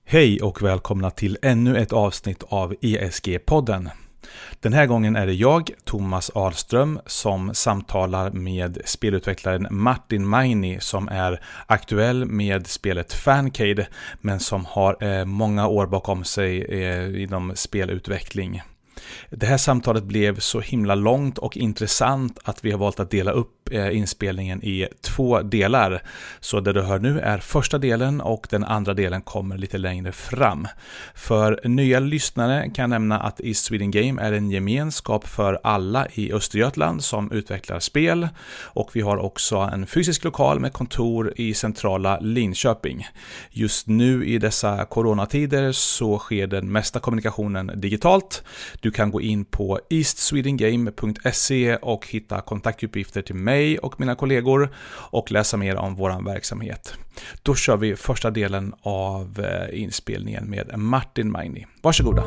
Hej och välkomna till ännu ett avsnitt av ESG-podden. Den här gången är det jag, Thomas Ahlström, som samtalar med spelutvecklaren Martin Maini som är aktuell med spelet Fancade men som har många år bakom sig inom spelutveckling. Det här samtalet blev så himla långt och intressant att vi har valt att dela upp inspelningen i 2 delar. Så det du hör nu är första delen och den andra delen kommer lite längre fram. För nya lyssnare kan jag nämna att East Sweden Game är en gemenskap för alla i Östergötland som utvecklar spel. Och vi har också en fysisk lokal med kontor i centrala Linköping. Just nu i dessa coronatider så sker den mesta kommunikationen digitalt. Du kan gå in på eastswedengame.se och hitta kontaktuppgifter till mig och mina kollegor och läsa mer om vår verksamhet. Då kör vi första delen av inspelningen med Martin Maini. Varsågoda.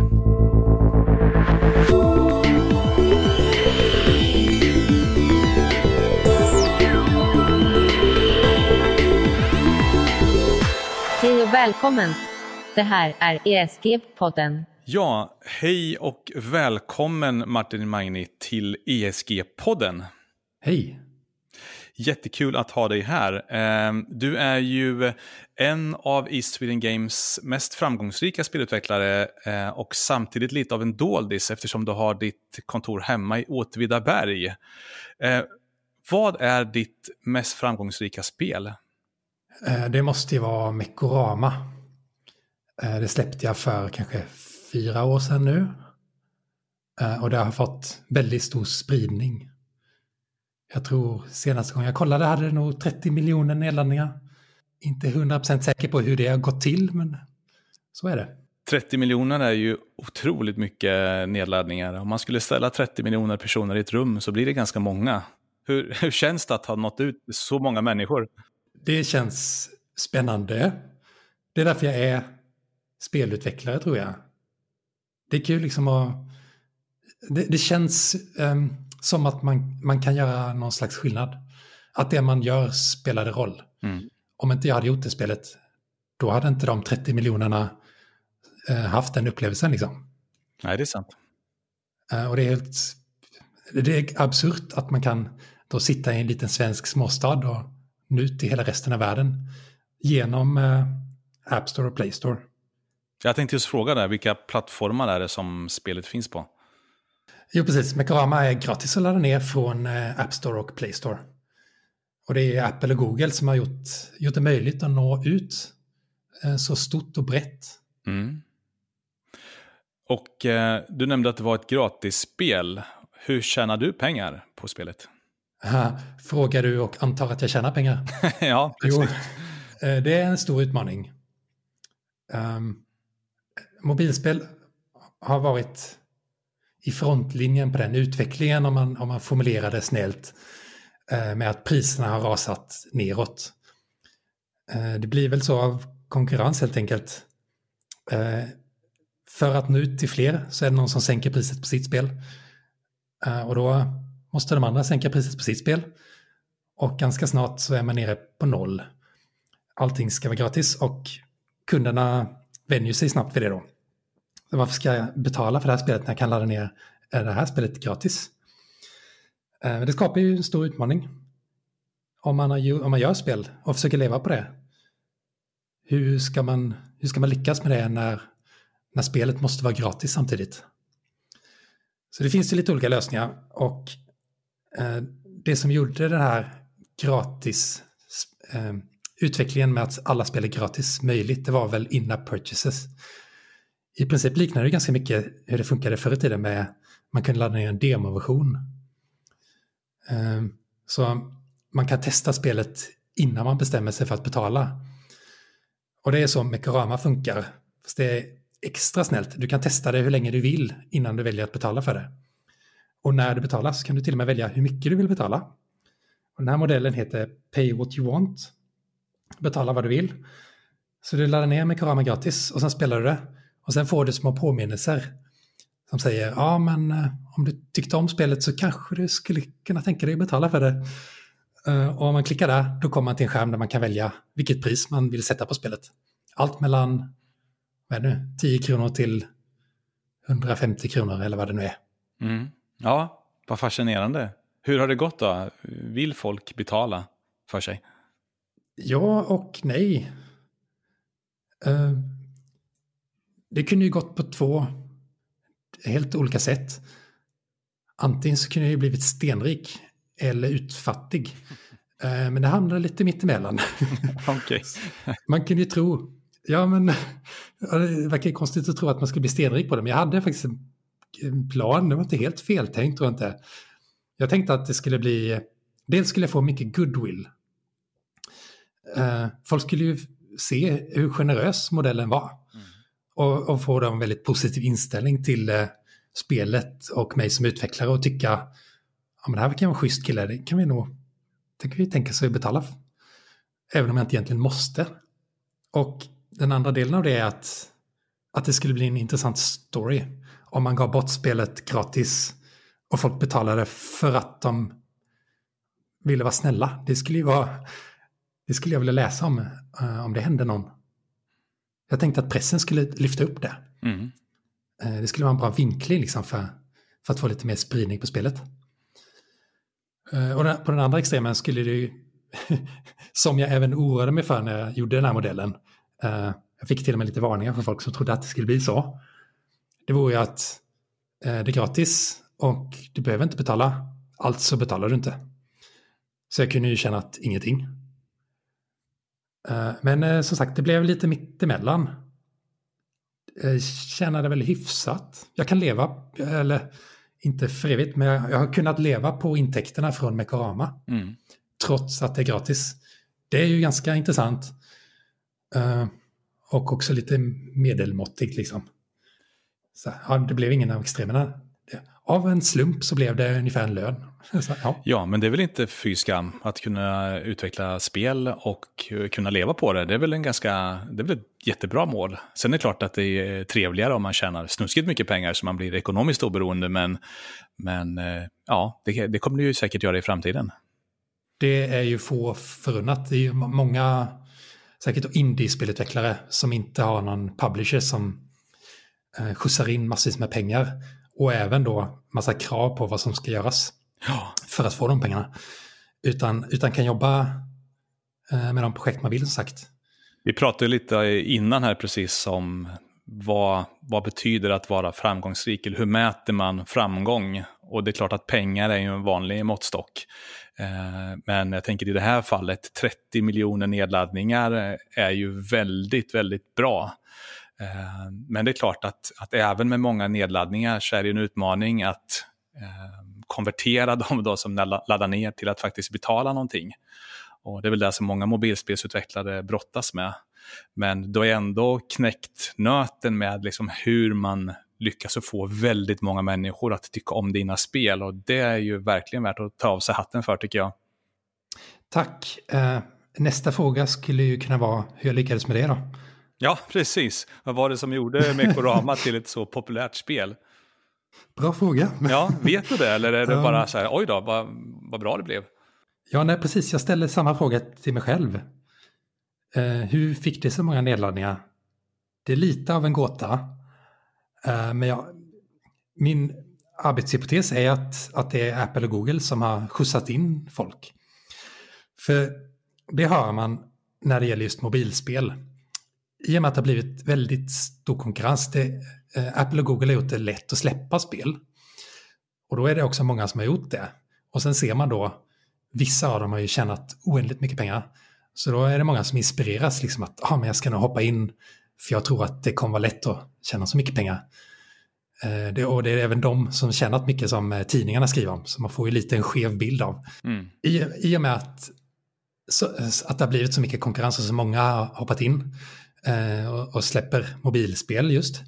Hej och välkommen. Det här är ESG-podden. Ja, hej och välkommen Martin Maini till ESG-podden. Hej. Jättekul att ha dig här. Du är ju en av East Sweden Games mest framgångsrika spelutvecklare och samtidigt lite av en doldis eftersom du har ditt kontor hemma i Åtvidaberg. Vad är ditt mest framgångsrika spel? Det måste ju vara Mekorama. Det släppte jag för kanske 4 år sedan nu. Och det har fått väldigt stor spridning. Jag tror senaste gången jag kollade hade det nog 30 miljoner nedladdningar. Inte 100% säker på hur det har gått till, men så är det. 30 miljoner är ju otroligt mycket nedladdningar. Om man skulle ställa 30 miljoner personer i ett rum så blir det ganska många. Hur känns det att ha nått ut så många människor? Det känns spännande. Det är därför jag är spelutvecklare, tror jag. Det är kul liksom att... Det känns som att man kan göra någon slags skillnad. Att det man gör spelade roll. Mm. Om inte jag hade gjort det spelet, då hade inte de 30 miljonerna haft den upplevelsen liksom. Nej, det är sant. Och det är absurt att man kan då sitta i en liten svensk småstad och nå ut till hela resten av världen genom App Store och Play Store. Jag tänkte just fråga där, vilka plattformar är det som spelet finns på? Jo, precis. Mekorama är gratis att ladda ner från App Store och Play Store. Och det är Apple och Google som har gjort det möjligt att nå ut så stort och brett. Mm. Och du nämnde att det var ett gratisspel. Hur tjänar du pengar på spelet? Frågar du och antar att jag tjänar pengar? Ja, precis. Jo, det är en stor utmaning. Mobilspel har varit i frontlinjen på den utvecklingen om man formulerar det snällt med att priserna har rasat neråt. Det blir väl så av konkurrens helt enkelt. För att nå ut till fler så är det någon som sänker priset på sitt spel. Och då måste de andra sänka priset på sitt spel. Och ganska snart så är man nere på 0. Allting ska vara gratis och kunderna vänjer sig snabbt för det då. Så varför ska jag betala för det här spelet när jag kan ladda ner det här spelet gratis? Det skapar ju en stor utmaning. Om man gör spel och försöker leva på det. Hur ska man lyckas med det när spelet måste vara gratis samtidigt? Så det finns ju lite olika lösningar. Och det som gjorde den här gratis utvecklingen med att alla spel är gratis möjligt, det var väl in-app purchases. I princip liknar det ganska mycket hur det funkade förr i tiden med man kunde ladda ner en demoversion. Så man kan testa spelet innan man bestämmer sig för att betala. Och det är så Mekorama funkar. Fast det är extra snällt. Du kan testa det hur länge du vill innan du väljer att betala för det. Och när du betalar så kan du till och med välja hur mycket du vill betala. Och den här modellen heter Pay What You Want. Betala vad du vill. Så du laddar ner Mekorama gratis och sen spelar du det. Och sen får du små påminnelser som säger, ja men om du tyckte om spelet så kanske du skulle kunna tänka dig att betala för det. Och om man klickar där, då kommer man till en skärm där man kan välja vilket pris man vill sätta på spelet. Allt mellan vad är det nu, 10 kronor till 150 kronor eller vad det nu är. Ja, vad fascinerande. Hur har det gått då? Vill folk betala för sig? Ja och nej. Det kunde ju gått på 2 helt olika sätt. Antingen så kunde jag ju blivit stenrik eller utfattig. Men det hamnade lite mittemellan. Okej. Man kunde ju tro, det verkar konstigt att tro att man skulle bli stenrik på det. Men jag hade faktiskt en plan, det var inte helt feltänkt tror jag inte. Jag tänkte att det skulle bli, dels skulle jag få mycket goodwill. Folk skulle ju se hur generös modellen var. Och få en väldigt positiv inställning till spelet och mig som utvecklare och tycka, ja men det här kan vara en schysst kille, det kan vi tänka sig att betala för. Även om jag inte egentligen måste. Och den andra delen av det är att det skulle bli en intressant story om man gav bort spelet gratis och folk betalade för att de ville vara snälla. Det skulle jag vilja läsa om det hände någon. Jag tänkte att pressen skulle lyfta upp det. Det skulle vara en bra vinkling liksom för att få lite mer spridning på spelet. Och på den andra extremen skulle det ju, som jag även oroade mig för när jag gjorde den här modellen, jag fick till och med lite varningar för folk som trodde att det skulle bli så. Det vore ju att det är gratis och du behöver inte betala, alltså betalar du inte. Så jag kunde ju känna att ingenting. Men som sagt, det blev lite mittemellan. Jag tjänade väl hyfsat. Jag kan leva, eller inte för evigt, men jag har kunnat leva på intäkterna från Mekorama. Trots att det är gratis. Det är ju ganska intressant. Och också lite medelmåttigt liksom. Så, ja, det blev ingen av extremerna. Av en slump så blev det ungefär en lön. Så, ja, men det är väl inte fy skam att kunna utveckla spel och kunna leva på det. Det är väl ett jättebra mål. Sen är det klart att det är trevligare om man tjänar snuskigt mycket pengar så man blir ekonomiskt oberoende. Men ja, det kommer du ju säkert göra i framtiden. Det är ju få förunnat. Det är ju många säkert indie-spelutvecklare som inte har någon publisher som skjutsar in massvis med pengar. Och även då massa krav på vad som ska göras för att få de pengarna. Utan kan jobba med de projekt man vill, som sagt. Vi pratade lite innan här precis om vad betyder att vara framgångsrik, eller hur mäter man framgång? Och det är klart att pengar är ju en vanlig måttstock. Men jag tänker i det här fallet 30 miljoner nedladdningar är ju väldigt, väldigt bra. Men det är klart att även med många nedladdningar så är det en utmaning att konvertera dem då som laddar ner till att faktiskt betala någonting. Och det är väl det som många mobilspelsutvecklare brottas med. Men då är ändå knäckt nöten med liksom hur man lyckas att få väldigt många människor att tycka om dina spel. Och det är ju verkligen värt att ta av sig hatten för, tycker jag. Tack. Nästa fråga skulle ju kunna vara hur jag lyckades med det då. Ja, precis. Vad var det som gjorde Mekorama till ett så populärt spel? Bra fråga. Ja, vet du det? Eller är det bara så här, oj då, vad bra det blev? Ja, nej, precis. Jag ställde samma fråga till mig själv. Hur fick det så många nedladdningar? Det är lite av en gåta. Men min arbetshypotes är att det är Apple och Google som har skjutsat in folk. För det hör man när det gäller just mobilspel. I och med att det har blivit väldigt stor konkurrens. Apple och Google har gjort det lätt att släppa spel. Och då är det också många som har gjort det. Och sen ser man då, vissa av dem har ju tjänat oändligt mycket pengar. Så då är det många som inspireras liksom att men jag ska nog hoppa in för jag tror att det kommer vara lätt att tjäna så mycket pengar. Och det är även de som tjänat mycket som tidningarna skriver om. Så man får ju lite en skev bild av. I och med att det har blivit så mycket konkurrens och så många har hoppat in och släpper mobilspel just,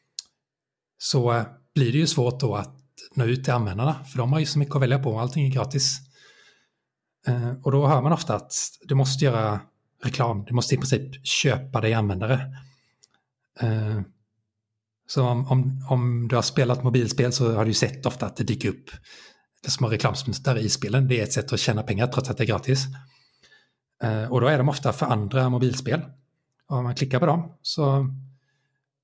så blir det ju svårt då att nå ut till användarna. För de har ju så mycket att välja på, allting är gratis. Och då hör man ofta att du måste göra reklam, du måste i princip köpa dig användare. Så om du har spelat mobilspel så har du sett ofta att det dyker upp små reklamsmyntar i spelen. Det är ett sätt att tjäna pengar trots att det är gratis. Och då är de ofta för andra mobilspel. Och om man klickar på dem så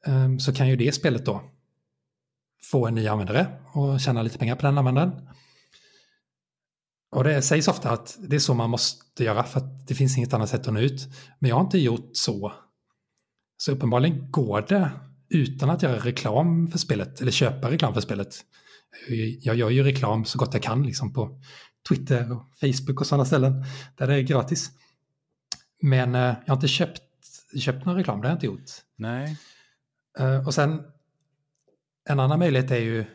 så kan ju det spelet då få en ny användare och tjäna lite pengar på den användaren. Och det sägs ofta att det är så man måste göra för att det finns inget annat sätt att nå ut. Men jag har inte gjort så. Så uppenbarligen går det utan att göra reklam för spelet eller köpa reklam för spelet. Jag gör ju reklam så gott jag kan liksom på Twitter och Facebook och sådana ställen där det är gratis. Men jag har inte köpt någon reklam, det har jag inte gjort. Nej. Och sen en annan möjlighet är ju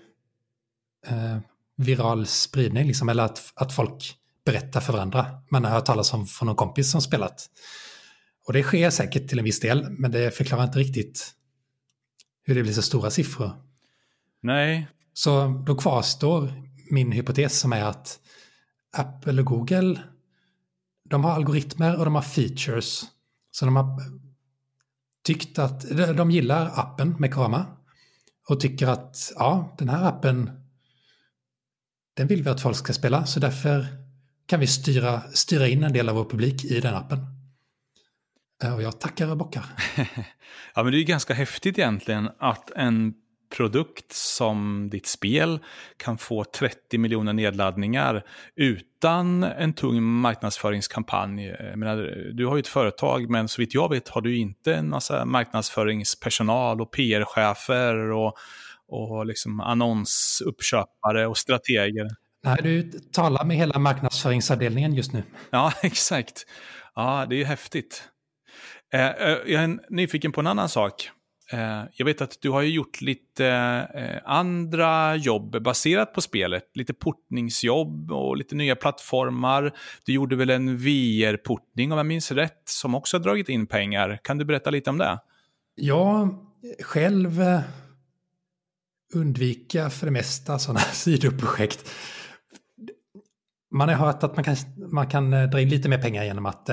viral spridning, liksom, eller att folk berättar för varandra. Man har hört talas om från någon kompis som spelat. Och det sker säkert till en viss del, men det förklarar inte riktigt hur det blir så stora siffror. Nej. Så då kvarstår min hypotes som är att Apple och Google, de har algoritmer och de har features. Så de har tyckt att de gillar appen med Karama och tycker att ja, den här appen, den vill vi att folk ska spela, så därför kan vi styra in en del av vår publik i den appen. Och jag tackar och bockar. Ja, men det är ju ganska häftigt egentligen att en produkt som ditt spel kan få 30 miljoner nedladdningar utan en tung marknadsföringskampanj. Jag menar, du har ju ett företag, men så vitt jag vet har du inte en massa marknadsföringspersonal och PR-chefer och liksom annonsuppköpare och strateger. Nej, du talar med hela marknadsföringsavdelningen just nu. Ja, exakt. Ja, det är ju häftigt. Jag är nyfiken på en annan sak. Jag vet att du har ju gjort lite andra jobb baserat på spelet. Lite portningsjobb och lite nya plattformar. Du gjorde väl en VR-portning om jag minns rätt som också har dragit in pengar. Kan du berätta lite om det? Jag själv undviker för det mesta sådana sidoprojekt. Man har hört att man kan dra in lite mer pengar genom att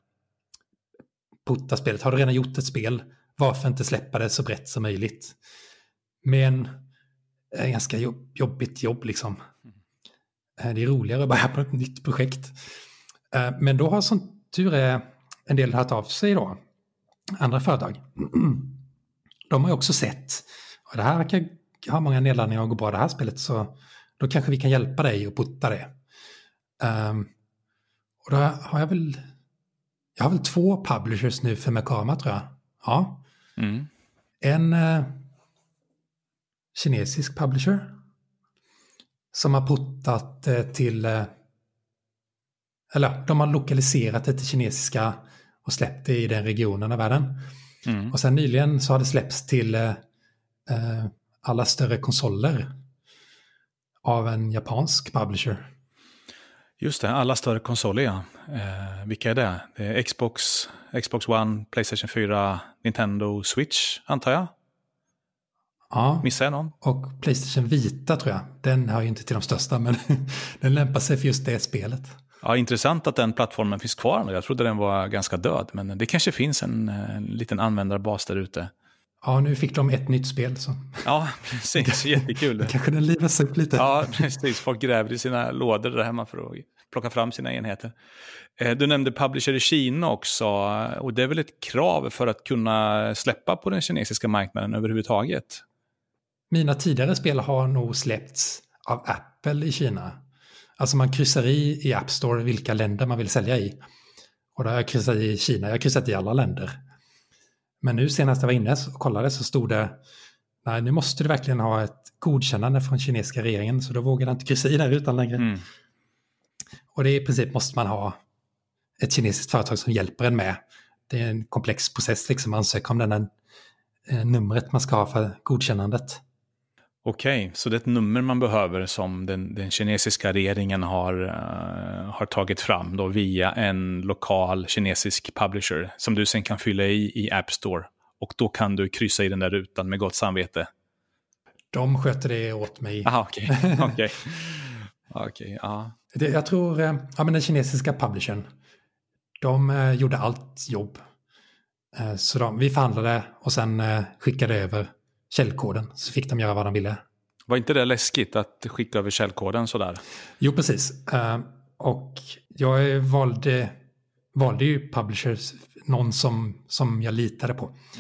putta spelet. Har du redan gjort ett spel, varför inte släppa det så brett som möjligt? Men det är ett ganska jobbigt jobb liksom. Det är roligare att börja på ett nytt projekt. Men då har som tur är en del hört av sig då. Andra företag. De har ju också sett, och det här verkar ha många nedladdningar och gå bra det här spelet, så då kanske vi kan hjälpa dig att putta det. Och då har jag har väl 2 publishers nu för Karama, tror jag. Ja. Mm. En kinesisk publisher som har puttat till eller de har lokaliserat det till kinesiska och släppt det i den regionen av världen. Mm. Och sen nyligen så har det släppts till alla större konsoler av en japansk publisher. Just det, alla större konsoler, ja. Vilka är det? Det är Xbox One, PlayStation 4, Nintendo, Switch, antar jag. Ja. Missar jag någon? Och PlayStation Vita, tror jag. Den hör ju inte till de största, men den lämpar sig för just det spelet. Ja, intressant att den plattformen finns kvar. Jag trodde den var ganska död, men det kanske finns en liten användarbas där ute. Ja, nu fick de ett nytt spel. Så. Ja, precis. Jättekul. Kanske den livas upp lite. Ja, precis. Folk gräver i sina lådor där hemma för att plocka fram sina enheter. Du nämnde publisher i Kina också. Och det är väl ett krav för att kunna släppa på den kinesiska marknaden överhuvudtaget? Mina tidigare spel har nog släppts av Apple i Kina. Alltså man kryssar i App Store vilka länder man vill sälja i. Och då har jag kryssat i Kina. Jag har kryssat i alla länder. Men nu senast jag var inne och kollade så stod det, nej, nu måste du verkligen ha ett godkännande från kinesiska regeringen, så då vågar jag inte kryssa i där utan längre. Mm. Och det i princip måste man ha ett kinesiskt företag som hjälper en med. Det är en komplex process liksom, ansöka om den här numret man ska ha för godkännandet. Okej, så det är ett nummer man behöver som den kinesiska regeringen har tagit fram då via en lokal kinesisk publisher som du sen kan fylla i App Store. Och då kan du kryssa i den där rutan med gott samvete. De sköter det åt mig. Aha, okej. Ja. Jag tror, men den kinesiska publishern, de gjorde allt jobb. Så vi förhandlade och sen skickade över källkoden, så fick de göra vad de ville. Var inte det läskigt att skicka över källkoden sådär? Jo, precis. Och jag valde ju publishers, någon som jag litade på. Mm.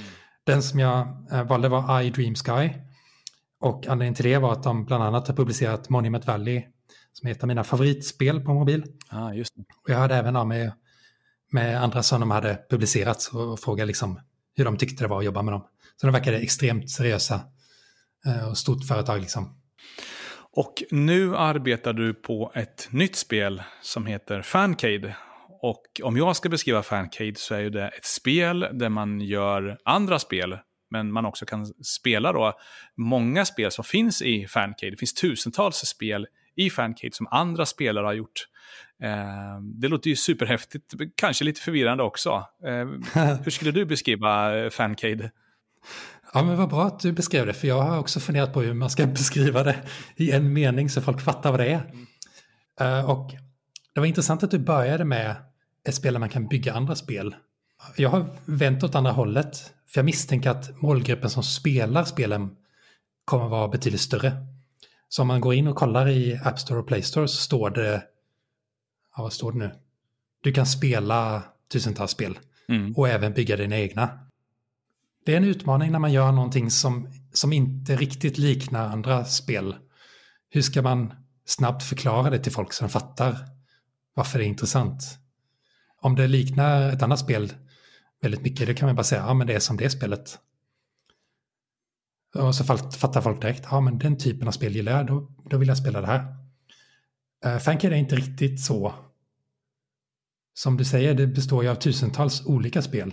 Den som jag valde var I Dream Sky. Och anledningen till det var att de bland annat har publicerat Monument Valley, som är ett av mina favoritspel på mobil. Just det. Och jag hade även av med andra som de hade publicerat och frågade liksom hur de tyckte det var att jobba med dem. Så de verkade extremt seriösa och stort företag liksom. Och nu arbetar du på ett nytt spel som heter Fancade. Och om jag ska beskriva Fancade så är ju det ett spel där man gör andra spel, men man också kan spela då många spel som finns i Fancade. Det finns tusentals spel i Fancade som andra spelare har gjort. Det låter ju superhäftigt, kanske lite förvirrande också. Hur skulle du beskriva Fancade? Ja, men vad bra att du beskrev det, för jag har också funderat på hur man ska beskriva det i en mening så folk fattar vad det är. Och det var intressant att du började med ett spel där man kan bygga andra spel. Jag har vänt åt andra hållet, för jag misstänker att målgruppen som spelar spelen kommer vara betydligt större. Så om man går in och kollar i App Store och Play Store så står det, vad står det nu? Du kan spela tusentals spel och även bygga dina egna. Det är en utmaning när man gör någonting som inte riktigt liknar andra spel. Hur ska man snabbt förklara det till folk så de fattar varför det är intressant? Om det liknar ett annat spel väldigt mycket, då kan man bara säga, ja men det är som det spelet. Och så fattar folk direkt, ja men den typen av spel gillar jag, då vill jag spela det här. Fancade är inte riktigt så. Som du säger, det består ju av tusentals olika spel.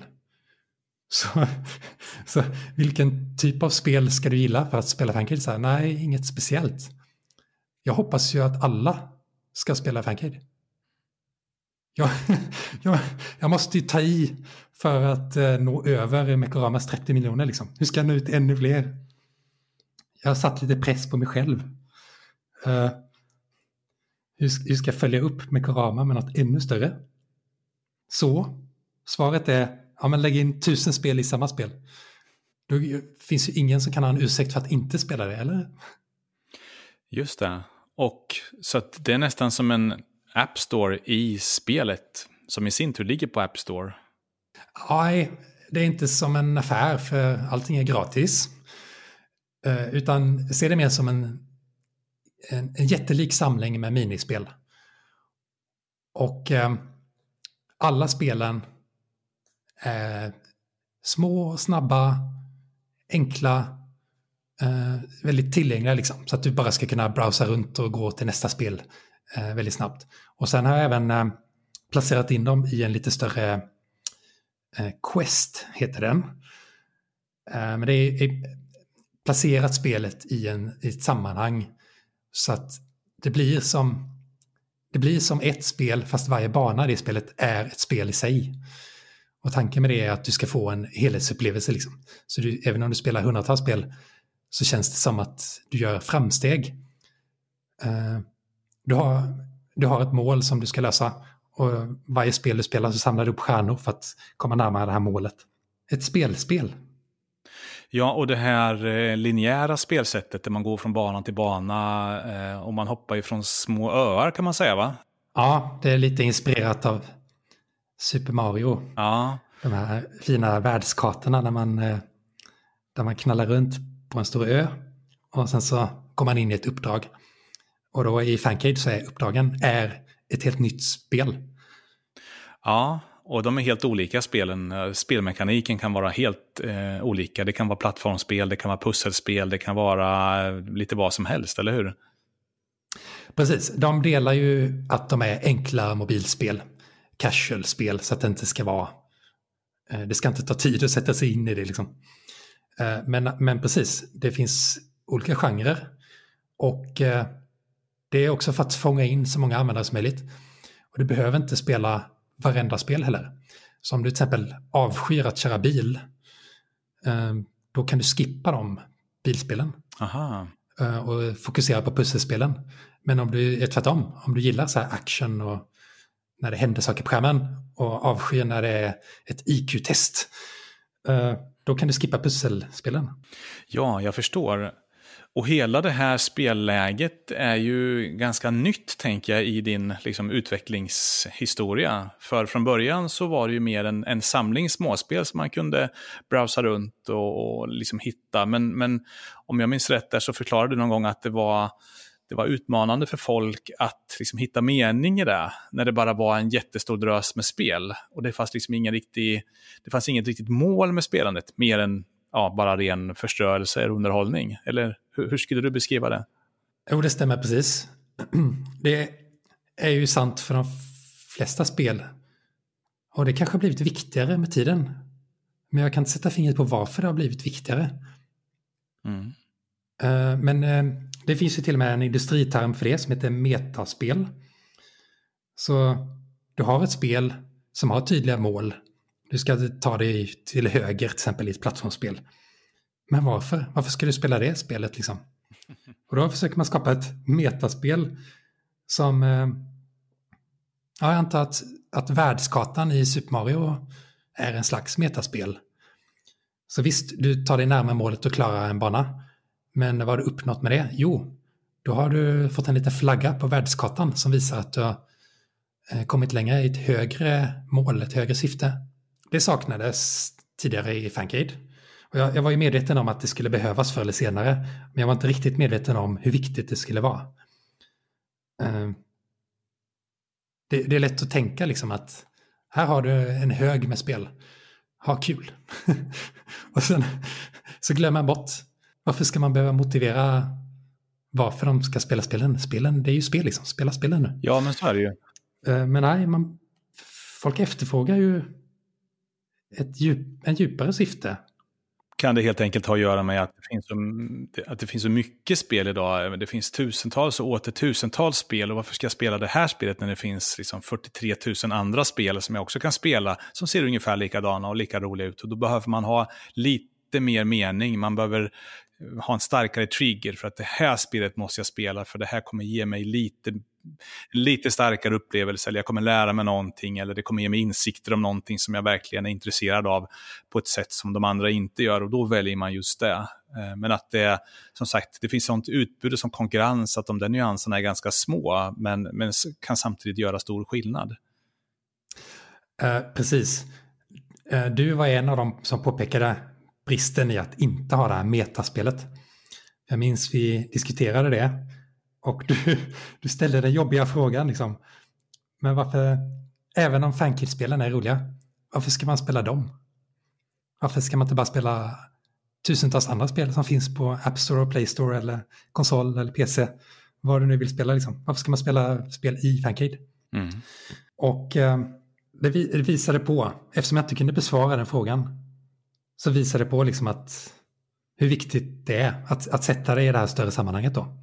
Så vilken typ av spel ska du gilla för att spela Fancade? Så här, nej, inget speciellt. Jag hoppas ju att alla ska spela Fancade. Jag måste ju ta i för att nå över Mekoramas 30 miljoner. Liksom. Hur ska jag nå ut ännu fler? Jag har satt lite press på mig själv. Hur ska jag följa upp Mekorama med något ännu större? Så, svaret är, ja men lägg in 1000 spel i samma spel. Då finns ju ingen som kan ha en ursäkt för att inte spela det, eller? Just det. Och så att det är nästan som en App Store i spelet som i sin tur ligger på App Store. Nej, det är inte som en affär för allting är gratis. Utan se det mer som en jättelik samling med minispel. Och alla spelen är små, snabba, enkla, väldigt tillgängliga liksom. Så att du bara ska kunna browsa runt och gå till nästa spel väldigt snabbt. Och sen har jag även placerat in dem i en lite större quest, heter den. Men det är placerat spelet i ett sammanhang så att det blir som ett spel fast varje bana i det spelet är ett spel i sig. Och tanken med det är att du ska få en helhetsupplevelse liksom. Så även om du spelar hundratals spel så känns det som att du gör framsteg. Du har ett mål som du ska lösa och varje spel du spelar så samlar du upp stjärnor för att komma närmare det här målet. Ett spelspel. Ja, och det här linjära spelsättet där man går från bana till bana och man hoppar ifrån små öar kan man säga, va? Ja, det är lite inspirerat av Super Mario. Ja. De här fina världskartorna där man knallar runt på en stor ö och sen så kommer man in i ett uppdrag. Och då i Fancade så är uppdragen ett helt nytt spel. Ja, och de är helt olika spelen. Spelmekaniken kan vara helt olika. Det kan vara plattformsspel, det kan vara pusselspel, det kan vara lite vad som helst, eller hur? Precis, de delar ju att de är enkla mobilspel, casual-spel, så att det inte ska vara... Det ska inte ta tid att sätta sig in i det liksom. Men precis, det finns olika genrer och det är också för att fånga in så många användare som möjligt. Och du behöver inte spela varenda spel heller. Så om du till exempel avskyr att köra bil, då kan du skippa de bilspelen. Aha. Och fokusera på pusselspelen. Men om du är tvärtom, om du gillar så här action och när det händer saker på skärmen och avskyr när det är ett IQ-test, då kan du skippa pusselspelen. Ja, jag förstår. Och hela det här spelläget är ju ganska nytt, tänker jag, i din liksom, utvecklingshistoria. För från början så var det ju mer en samling småspel som man kunde browsa runt och liksom hitta. Men om jag minns rätt där så förklarade du någon gång att det var utmanande för folk att liksom hitta mening i det, när det bara var en jättestor drös med spel. Och det fanns liksom inget riktigt mål med spelandet, mer än bara ren förstörelse och underhållning. Eller hur skulle du beskriva det? Jo, det stämmer precis. Det är ju sant för de flesta spel. Och det kanske har blivit viktigare med tiden. Men jag kan inte sätta fingret på varför det har blivit viktigare. Men det finns ju till och med en industriterm för det som heter metaspel. Så du har ett spel som har tydliga mål. Du ska ta dig till höger till exempel i ett plattformsspel. Men varför? Varför ska du spela det spelet liksom? Och då försöker man skapa ett metaspel som... jag antar att världskartan i Super Mario är en slags metaspel. Så visst, du tar dig närmare målet och klarar en bana. Men vad har du uppnått med det? Jo, då har du fått en liten flagga på världskartan som visar att du har kommit längre i ett högre mål, ett högre syfte. Det saknades tidigare i Fancade. Och jag var ju medveten om att det skulle behövas förr eller senare. Men jag var inte riktigt medveten om hur viktigt det skulle vara. Det är lätt att tänka liksom att här har du en hög med spel. Ha kul. Och sen så glömmer man bort. Varför ska man behöva motivera varför de ska spela spelen? Spelen, det är ju spel liksom. Spela spelen nu. Ja, men så är det ju. Men nej, folk efterfrågar ju en djupare syfte. Kan det helt enkelt ha att göra med att det finns så mycket spel idag? Det finns tusentals och åter tusentals spel. Och varför ska jag spela det här spelet när det finns liksom 43 000 andra spel som jag också kan spela, som ser ungefär likadana och lika roliga ut? Och då behöver man ha lite mer mening. Man behöver ha en starkare trigger för att det här spelet måste jag spela, för det här kommer ge mig lite starkare upplevelse, eller jag kommer lära mig någonting, eller det kommer ge mig insikter om någonting som jag verkligen är intresserad av på ett sätt som de andra inte gör, och då väljer man just det. Men att det, som sagt, det finns sånt utbud och sån konkurrens att de där nyanserna är ganska små, men kan samtidigt göra stor skillnad. Precis. Du var en av dem som påpekade bristen i att inte ha det här metaspelet. Jag minns vi diskuterade det. Och du ställde den jobbiga frågan liksom. Men varför, även om Fancade-spelen är roliga, varför ska man spela dem? Varför ska man inte bara spela tusentals andra spel som finns på App Store och Play Store eller konsol eller PC? Vad du nu vill spela liksom. Varför ska man spela spel i Fancade? Och det visade på, eftersom jag inte kunde besvara den frågan, så visade det på liksom att hur viktigt det är att sätta det i det här större sammanhanget då.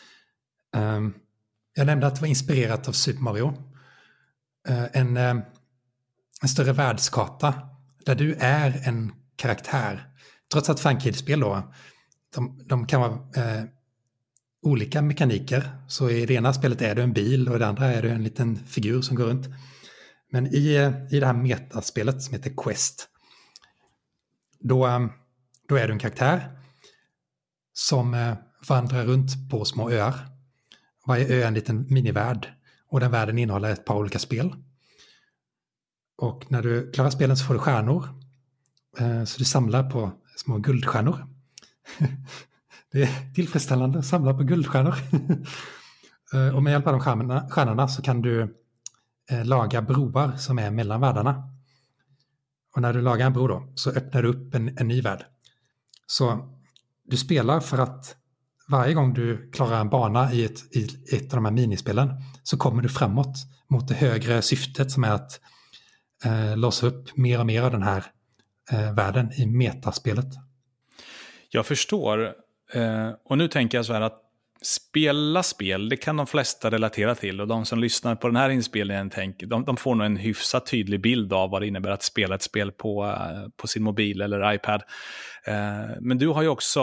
Jag nämnde att det var inspirerat av Super Mario. En större världskarta där du är en karaktär. Trots att Fancade-spel då, de kan vara olika mekaniker. Så i det ena spelet är du en bil och i det andra är du en liten figur som går runt. Men i det här metaspelet som heter Quest, då är du en karaktär som vandrar runt på små öar. Varje ö är en liten minivärld och den världen innehåller ett par olika spel. Och när du klarar spelen så får du stjärnor. Så du samlar på små guldstjärnor. Det är tillfredsställande att samla på guldstjärnor. Och med hjälp av de stjärnorna så kan du laga broar som är mellan världarna. Och när du lagar en bro då så öppnar du upp en ny värld. Så du spelar för att varje gång du klarar en bana i ett av de här minispelen så kommer du framåt mot det högre syftet som är att låsa upp mer och mer av den här världen i metaspelet. Jag förstår. Och nu tänker jag så här att spela spel, det kan de flesta relatera till, och de som lyssnar på den här inspelningen de får nog en hyfsat tydlig bild av vad det innebär att spela ett spel på sin mobil eller iPad. Men du har ju också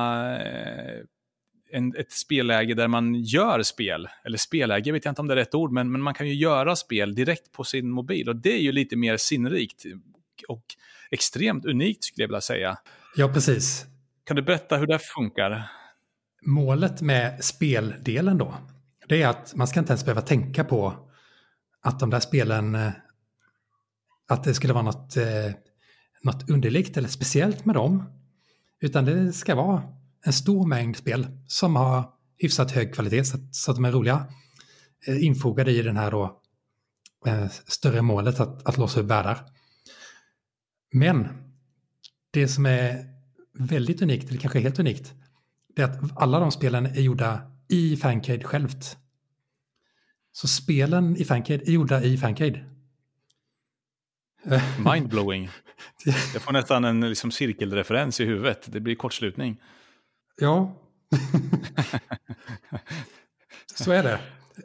ett spelläge där man gör spel, eller spelläge, jag vet inte om det är rätt ord, men man kan ju göra spel direkt på sin mobil, och det är ju lite mer sinnrikt och extremt unikt skulle jag vilja säga. Ja, precis. Kan du berätta hur det funkar? målet med speldelen då, det är att man ska inte ens behöva tänka på att de där spelen, att det skulle vara något underligt eller speciellt med dem. Utan det ska vara en stor mängd spel som har hyfsat hög kvalitet så att de är roliga. Infogade i den här då större målet att låsa upp världar. Men det som är väldigt unikt, eller kanske helt unikt, det är att alla de spelen är gjorda i Fancade självt. Så spelen i Fancade är gjorda i Fancade. Mindblowing. Jag får nästan en liksom cirkelreferens i huvudet. Det blir kortslutning. Ja. Så är det.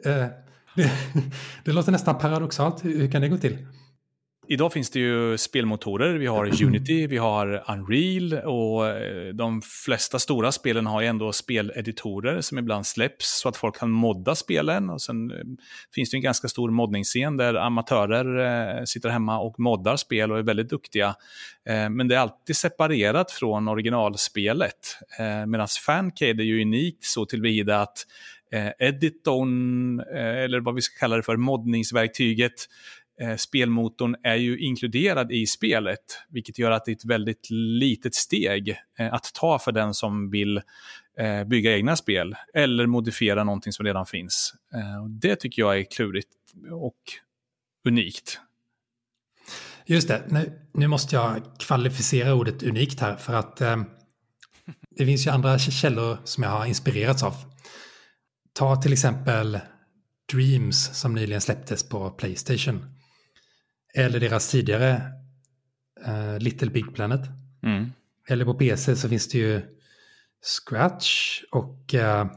Det låter nästan paradoxalt. Hur kan det gå till? Idag finns det ju spelmotorer. Vi har Unity, vi har Unreal och de flesta stora spelen har ju ändå speleditorer som ibland släpps så att folk kan modda spelen. Och sen finns det en ganska stor moddningsscen där amatörer sitter hemma och moddar spel och är väldigt duktiga. Men det är alltid separerat från originalspelet. Medan Fancade är ju unikt så tillvida att editorn, eller vad vi ska kalla det för, moddningsverktyget, spelmotorn är ju inkluderad i spelet, vilket gör att det är ett väldigt litet steg att ta för den som vill bygga egna spel eller modifiera någonting som redan finns. Det tycker jag är klurigt och unikt. Just det, nu måste jag kvalificera ordet unikt här för att det finns ju andra källor som jag har inspirerats av. Ta till exempel Dreams som nyligen släpptes på PlayStation. Eller deras tidigare Little Big Planet. Mm. Eller på PC så finns det ju Scratch och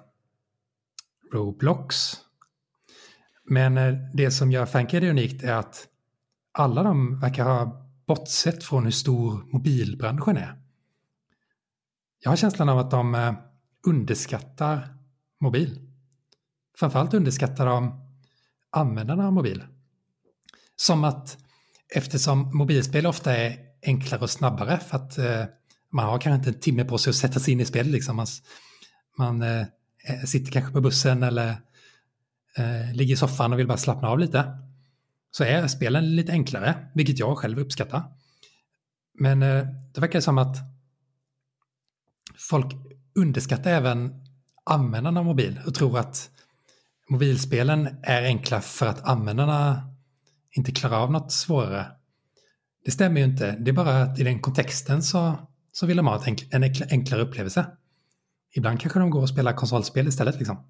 Roblox. Men det som gör Fancade unikt är att alla de verkar ha bortsett från hur stor mobilbranschen är. Jag har känslan av att de underskattar mobil. Framförallt underskattar de användarna av mobil. Som att eftersom mobilspel ofta är enklare och snabbare för att man har kanske inte en timme på sig att sätta sig in i spel. Liksom. Man sitter kanske på bussen eller ligger i soffan och vill bara slappna av lite. Så är spelen lite enklare, vilket jag själv uppskattar. Men det verkar som att folk underskattar även användarna av mobil och tror att mobilspelen är enkla för att användarna inte klarar av något svårare. Det stämmer ju inte. Det är bara att i den kontexten så vill de ha en enklare upplevelse. Ibland kanske de går och spelar konsolspel istället. Liksom.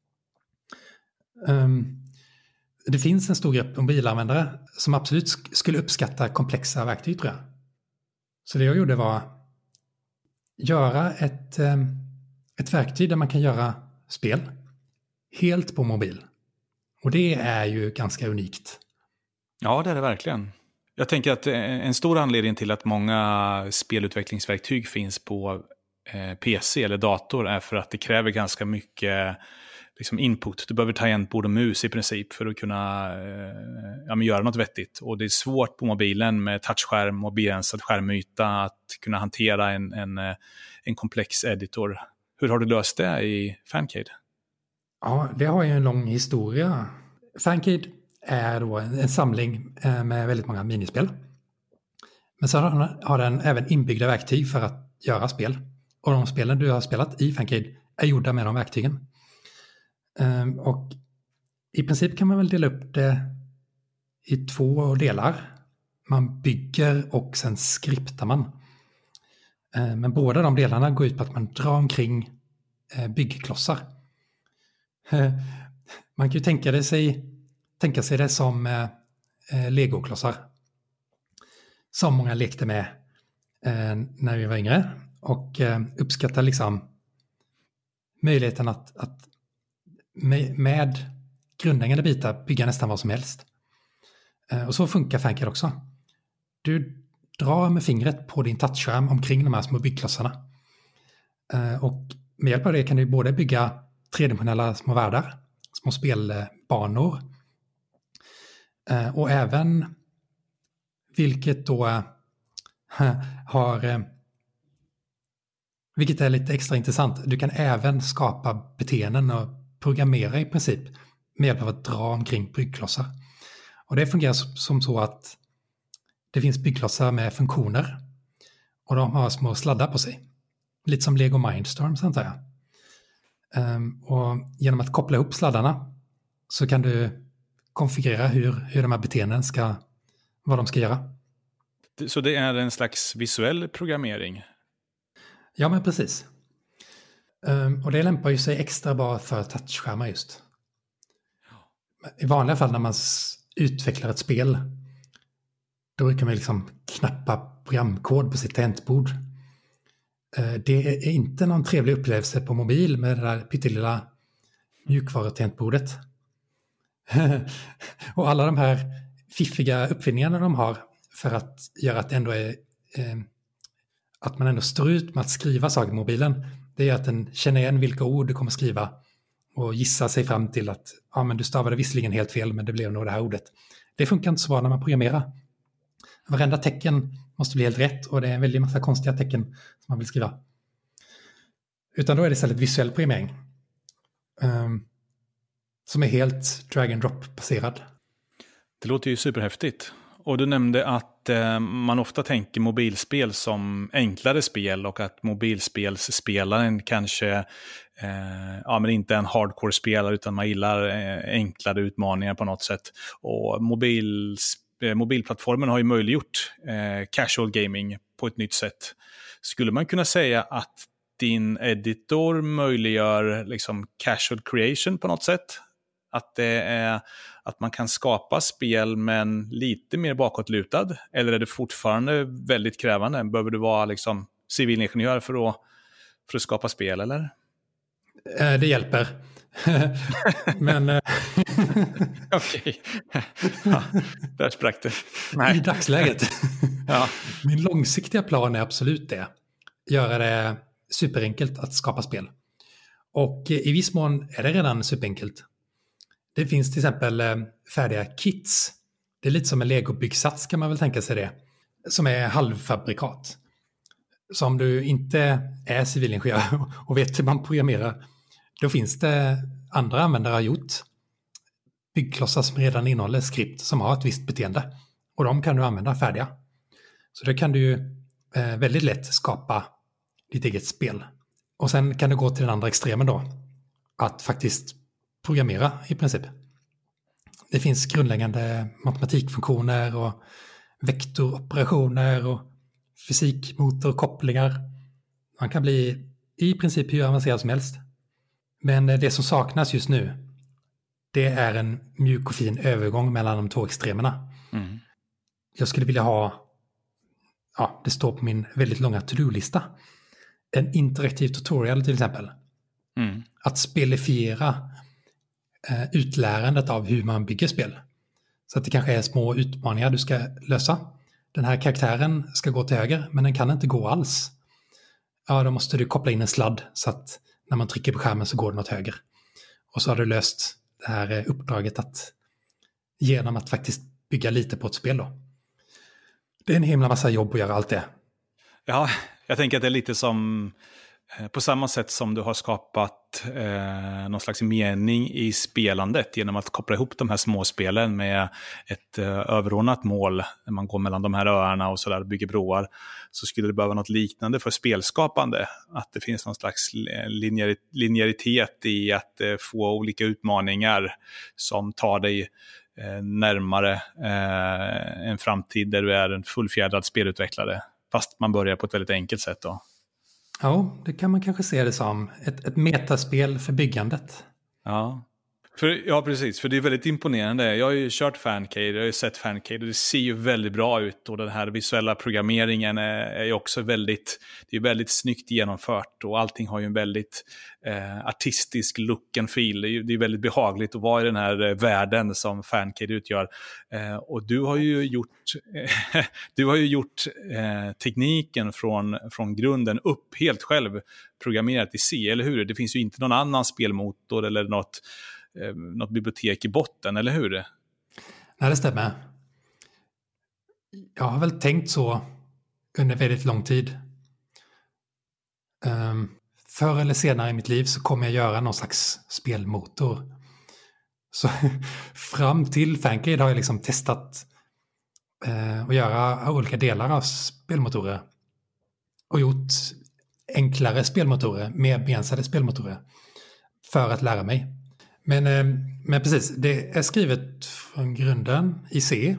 Det finns en stor grupp mobilanvändare som absolut skulle uppskatta komplexa verktyg, tror jag. Så det jag gjorde var göra ett verktyg där man kan göra spel helt på mobil. Och det är ju ganska unikt. Ja, det är det verkligen. Jag tänker att en stor anledning till att många spelutvecklingsverktyg finns på PC eller dator är för att det kräver ganska mycket liksom input. Du behöver tangentbord och mus i princip för att kunna göra något vettigt. Och det är svårt på mobilen med touchskärm och begränsad skärmyta att kunna hantera en komplex editor. Hur har du löst det i Fancade? Ja, det har ju en lång historia. Fancade är då en samling med väldigt många minispel. Men så har den även inbyggda verktyg för att göra spel. Och de spelen du har spelat i Fancade är gjorda med de verktygen. Och i princip kan man väl dela upp det i 2 delar. Man bygger och sen skriptar man. Men båda de delarna går ut på att man drar omkring byggklossar. Man kan ju tänka sig det som legoklossar. Som många lekte med när vi var yngre. Och uppskattar liksom möjligheten att med grundläggande bitar bygga nästan vad som helst. Och så funkar Fancade också. Du drar med fingret på din touchskärm omkring de här små byggklossarna. Och med hjälp av det kan du både bygga tredimensionella små världar, små spelbanor. Och även, vilket då har Vilket är lite extra intressant. Du kan även skapa beteenden och programmera i princip med hjälp av att dra omkring byggklossar. Och det fungerar som så att det finns byggklossar med funktioner och de har små sladdar på sig. Lite som Lego Mindstorms antar jag. Och genom att koppla ihop sladdarna så kan du konfigurera hur de här beteenden vad de ska göra. Så det är en slags visuell programmering? Ja, men precis. Och det lämpar ju sig extra bra för touchskärmar just. I vanliga fall när man utvecklar ett spel, då brukar man liksom knappa programkod på sitt tangentbord. Det är inte någon trevlig upplevelse på mobil med det där pyttelilla mjukvarutangentbordet. Och alla de här fiffiga uppfinningarna de har för att göra att det ändå är att man ändå står ut med att skriva saker i mobilen, det är att den känner igen vilka ord du kommer skriva och gissar sig fram till att men du stavade visserligen helt fel, men det blev nog det här ordet. Det funkar inte så bra när man programmerar. Varenda tecken måste bli helt rätt och det är en väldigt massa konstiga tecken som man vill skriva. Utan då är det istället visuell programmering som är helt drag and drop baserad. Det låter ju superhäftigt. Och du nämnde att man ofta tänker mobilspel som enklare spel och att mobilspelsspelaren kanske men inte är en hardcore-spelare utan man gillar enklare utmaningar på något sätt. Och mobilplattformen har ju möjliggjort casual gaming på ett nytt sätt. Skulle man kunna säga att din editor möjliggör liksom casual creation på något sätt? Att det är att man kan skapa spel men lite mer bakåtlutad? Eller är det fortfarande väldigt krävande? Behöver du vara liksom civilingenjör för att skapa spel, eller? Det hjälper. Men okej. Ja, där sprack det. Nej. I dagsläget. Ja. Min långsiktiga plan är absolut det. Göra det superenkelt att skapa spel. Och i viss mån är det redan superenkelt. Det finns till exempel färdiga kits. Det är lite som en Lego-byggsats kan man väl tänka sig det. Som är halvfabrikat. Så om du inte är civilingenjör och vet hur man programmerar, då finns det andra användare har gjort byggklossar som redan innehåller skript som har ett visst beteende. Och de kan du använda färdiga. Så då kan du ju väldigt lätt skapa ditt eget spel. Och sen kan du gå till den andra extremen då. Att faktiskt programmera i princip. Det finns grundläggande matematikfunktioner och vektoroperationer och fysikmotorkopplingar. Man kan bli i princip hur avancerad som helst. Men det som saknas just nu, det är en mjuk och fin övergång mellan de två extremerna. Mm. Jag skulle vilja ha, det står på min väldigt långa to-do-lista, en interaktiv tutorial till exempel. Mm. Att spelifiera utlärandet av hur man bygger spel. Så att det kanske är små utmaningar du ska lösa. Den här karaktären ska gå till höger, men den kan inte gå alls. Ja, då måste du koppla in en sladd så att när man trycker på skärmen så går den åt höger. Och så har du löst det här uppdraget genom att faktiskt bygga lite på ett spel då. Det är en himla massa jobb att göra allt det. Ja, jag tänker att det är lite som på samma sätt som du har skapat någon slags mening i spelandet genom att koppla ihop de här småspelen med ett överordnat mål när man går mellan de här öarna och sådär bygger broar, så skulle det behöva något liknande för spelskapande. Att det finns någon slags linjäritet i att få olika utmaningar som tar dig närmare en framtid där du är en fullfjädrad spelutvecklare. Fast man börjar på ett väldigt enkelt sätt då. Ja, det kan man kanske se det som ett metaspel för byggandet. Ja. Ja, precis. För det är väldigt imponerande. Jag har ju kört Fancade, jag har ju sett Fancade och det ser ju väldigt bra ut. Och den här visuella programmeringen är ju också väldigt snyggt genomfört. Och allting har ju en väldigt artistisk look and feel. Det är väldigt behagligt att vara i den här världen som Fancade utgör. Och du har ju gjort tekniken från grunden upp helt själv programmerat i C, eller hur? Det finns ju inte någon annan spelmotor eller något bibliotek i botten, eller hur? Nej, det stämmer. Jag har väl tänkt så under väldigt lång tid. Förr eller senare i mitt liv så kommer jag göra någon slags spelmotor. Så fram till Fancade har jag liksom testat att göra olika delar av spelmotorer. Och gjort enklare spelmotorer, mer begränsade spelmotorer. För att lära mig. Men precis, det är skrivet från grunden i C.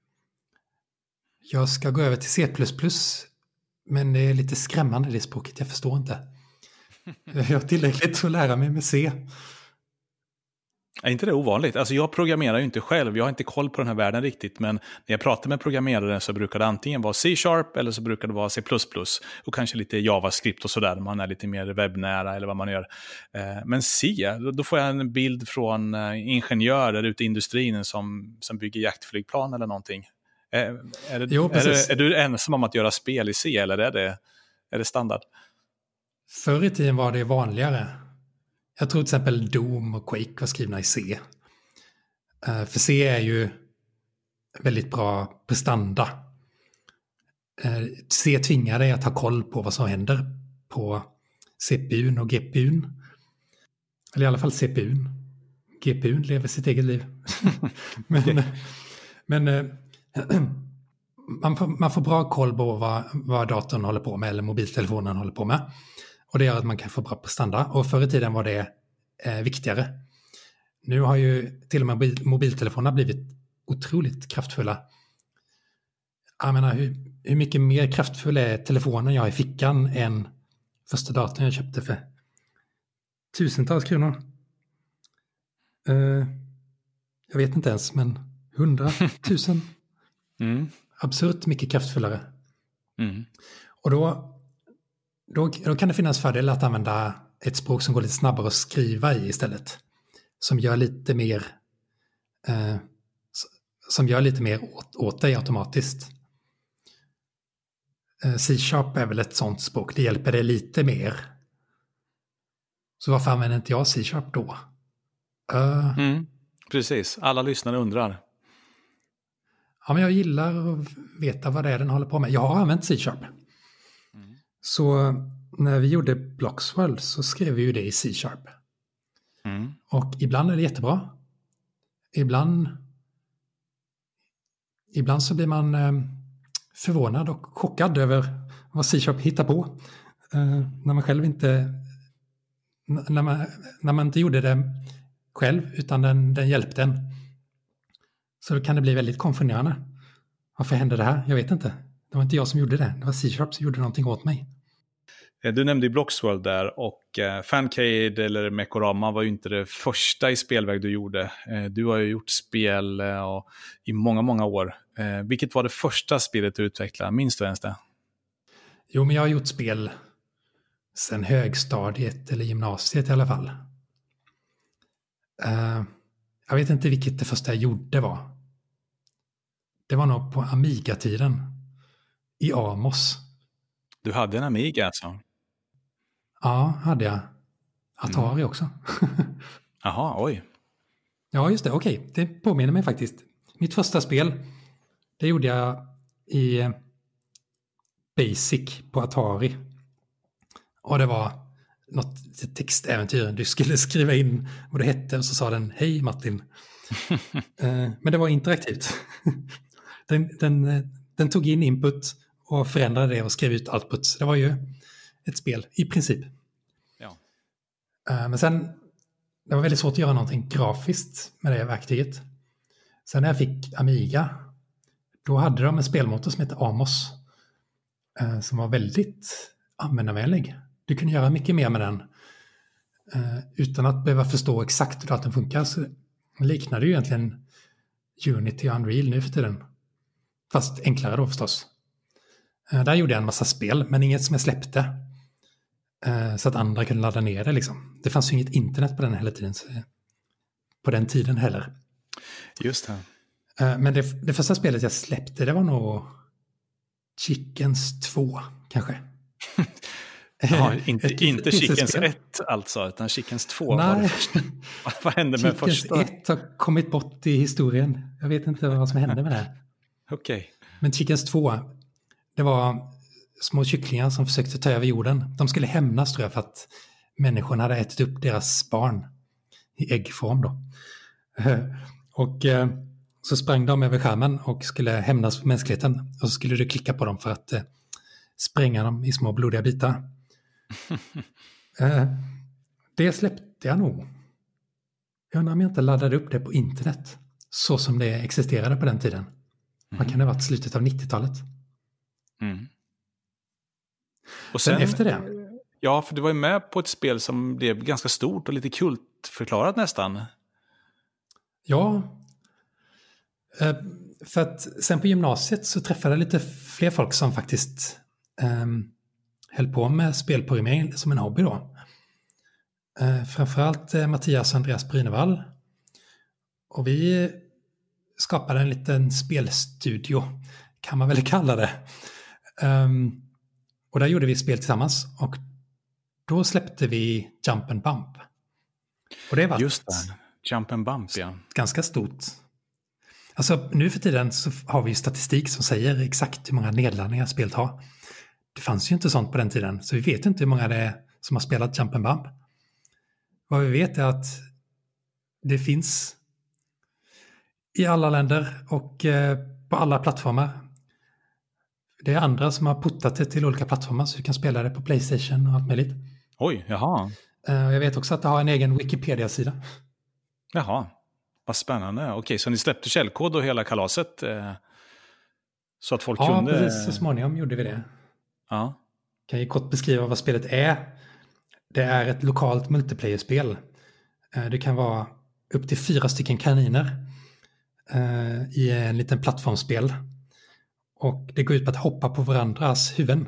Jag ska gå över till C++. Men det är lite skrämmande det språket, jag förstår inte. Jag har tillräckligt att lära mig med C. Är inte det ovanligt? Alltså jag programmerar ju inte själv, jag har inte koll på den här världen riktigt, men när jag pratar med programmerare så brukar det antingen vara C# eller så brukar det vara C++ och kanske lite JavaScript och sådär, man är lite mer webbnära eller vad man gör. Men C, då får jag en bild från ingenjörer ute i industrin som bygger jaktflygplan eller någonting. Är du ensam om att göra spel i C eller är det standard? Förr i tiden var det vanligare. Jag tror till exempel Doom och Quake var skrivna i C. För C är ju väldigt bra prestanda. C tvingar dig att ha koll på vad som händer på CPUn och GPUn. Eller i alla fall CPUn. GPUn lever sitt eget liv. men man får bra koll på vad datorn håller på med eller mobiltelefonen håller på med. Och det gör att man kan få bra prestanda. Och förr i tiden var det viktigare. Nu har ju till och med mobiltelefonerna blivit otroligt kraftfulla. Jag menar, hur mycket mer kraftfull är telefonen jag har i fickan än första datorn jag köpte för tusentals kronor? Jag vet inte ens, men 100 000. Absurt mycket kraftfullare. Och då kan det finnas fördel att använda ett språk som går lite snabbare att skriva i istället. Som gör lite mer åt dig automatiskt. C# är väl ett sånt språk. Det hjälper dig lite mer. Så varför använder inte jag C# då? Precis, alla lyssnare undrar. Ja, men jag gillar att veta vad det är den håller på med. Jag har använt C#. Så när vi gjorde Bloxworld så skrev vi ju det i C#. Och ibland är det jättebra. Ibland så blir man förvånad och chockad över vad C# hittar på. När man själv inte... När man inte gjorde det själv utan den hjälpte en. Så då kan det bli väldigt konfunderande. Varför hände det här? Jag vet inte. Det var inte jag som gjorde det. Det var C# som gjorde någonting åt mig. Du nämnde ju Bloxworld där och Fancade eller Mekorama var ju inte det första i spelväg du gjorde. Du har ju gjort spel i många, många år. Vilket var det första spelet du utvecklade? Minns du ens det? Jo, men jag har gjort spel sedan högstadiet eller gymnasiet i alla fall. Jag vet inte vilket det första jag gjorde var. Det var nog på Amiga-tiden. I Amos. Du hade en Amiga alltså? Ja, hade jag. Atari också. Jaha, oj. Ja, just det. Okej, det påminner mig faktiskt. Mitt första spel, det gjorde jag i Basic på Atari. Och det var något textäventyr. Du skulle skriva in vad det hette och så sa den, hej Martin. Men det var interaktivt. Den tog in input och förändrade det och skrev ut output. Det var ju ett spel, i princip. Ja. Men sen, det var väldigt svårt att göra någonting grafiskt med det verktyget. Sen när jag fick Amiga, då hade de en spelmotor som heter Amos. Som var väldigt användarvänlig. Du kunde göra mycket mer med den. Utan att behöva förstå exakt hur datorn funkar. Så liknade ju egentligen Unity och Unreal nu för tiden. Fast enklare då förstås. Där gjorde jag en massa spel, men inget som jag släppte. Så att andra kunde ladda ner det liksom. Det fanns ju inget internet på den hela tiden. På den tiden heller. Just det. Men det första spelet jag släppte, det var nog Chickens 2, kanske. Ja, inte Chickens 1 alltså, utan Chickens 2 var det första. Vad hände med första? Chickens 1 har kommit bort i historien. Jag vet inte vad som hände med det här. Okej. Men Chickens 2, det var små kycklingar som försökte ta över jorden. De skulle hämnas tror jag för att människorna hade ätit upp deras barn i äggform då. Och så sprang de över skärmen och skulle hämnas på mänskligheten. Och så skulle du klicka på dem för att spränga dem i små blodiga bitar. Det släppte jag nog. Jag undrar om jag inte laddade upp det på internet. Så som det existerade på den tiden. Vad kan det ha varit slutet av 90-talet? Mm. Och sen efter det? Ja, för du var ju med på ett spel som blev ganska stort och lite kultförklarat nästan. Ja. För att sen på gymnasiet så träffade jag lite fler folk som faktiskt höll på med spelprogrammering som en hobby då. Framförallt Mattias och Andreas Brynevall. Och vi skapade en liten spelstudio, kan man väl kalla det. Och där gjorde vi spel tillsammans. Och då släppte vi Jump and Bump. Och det var just det, Jump and Bump, ja. Ganska stort. Alltså nu för tiden så har vi ju statistik som säger exakt hur många nedladdningar spelet har. Det fanns ju inte sånt på den tiden, så vi vet inte hur många det är som har spelat Jump and Bump. Vad vi vet är att det finns i alla länder och på alla plattformar. Det är andra som har puttat det till olika plattformar så du kan spela det på PlayStation och allt möjligt. Oj, jaha. Jag vet också att det har en egen Wikipedia-sida. Jaha, vad spännande. Okej, så ni släppte källkod och hela kalaset så att folk kunde... Ja, precis. Så småningom gjorde vi det. Ja. Kan ju kort beskriva vad spelet är. Det är ett lokalt multiplayer-spel. Det kan vara upp till 4 stycken kaniner i en liten plattformsspel. Och det går ut på att hoppa på varandras huvuden.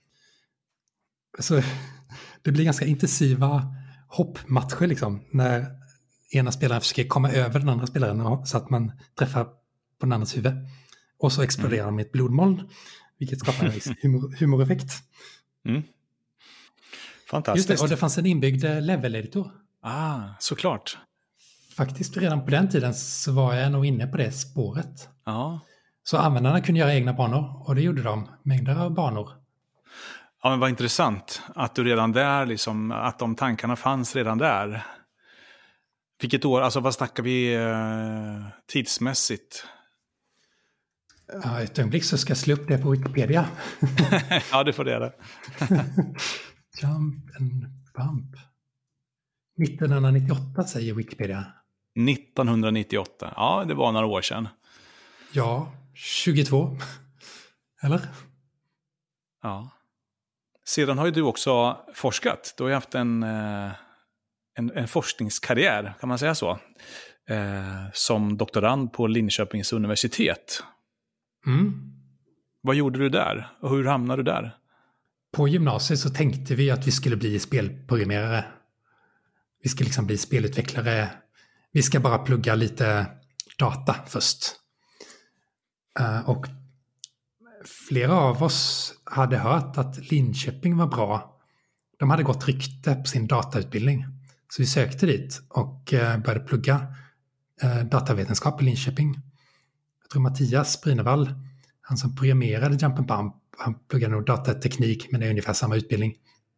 Så det blir ganska intensiva hoppmatcher liksom. När ena spelaren försöker komma över den andra spelaren så att man träffar på den andras huvud. Och så exploderar de i ett blodmoln. Vilket skapar en viss humoreffekt. Mm. Fantastiskt. Just det, och det fanns en inbyggd level-editor. Såklart. Faktiskt redan på den tiden så var jag nog inne på det spåret. Ja. Så användarna kunde göra egna banor och det gjorde de. Mängder av banor. Ja, men vad intressant att du redan där, liksom, att de tankarna fanns redan där. Vilket år, alltså vad snackar vi tidsmässigt? Ja, ett ögonblick så ska jag slå upp det på Wikipedia. Ja, det får det göra. Jump and Bump. 1998 säger Wikipedia. 1998, ja det var några år sedan. Ja, 22. Eller? Ja. Sedan har ju du också forskat. Du har ju haft en forskningskarriär, kan man säga så. Som doktorand på Linköpings universitet. Mm. Vad gjorde du där? Och hur hamnade du där? På gymnasiet så tänkte vi att vi skulle bli spelprogrammerare. Vi ska liksom bli spelutvecklare. Vi ska bara plugga lite data först. Och flera av oss hade hört att Linköping var bra. De hade gått rykte på sin datautbildning. Så vi sökte dit och började plugga datavetenskap i Linköping. Jag tror Mattias Brynevall, han som programmerade Jump and Bump, han pluggade nog datateknik, men det är ungefär samma utbildning.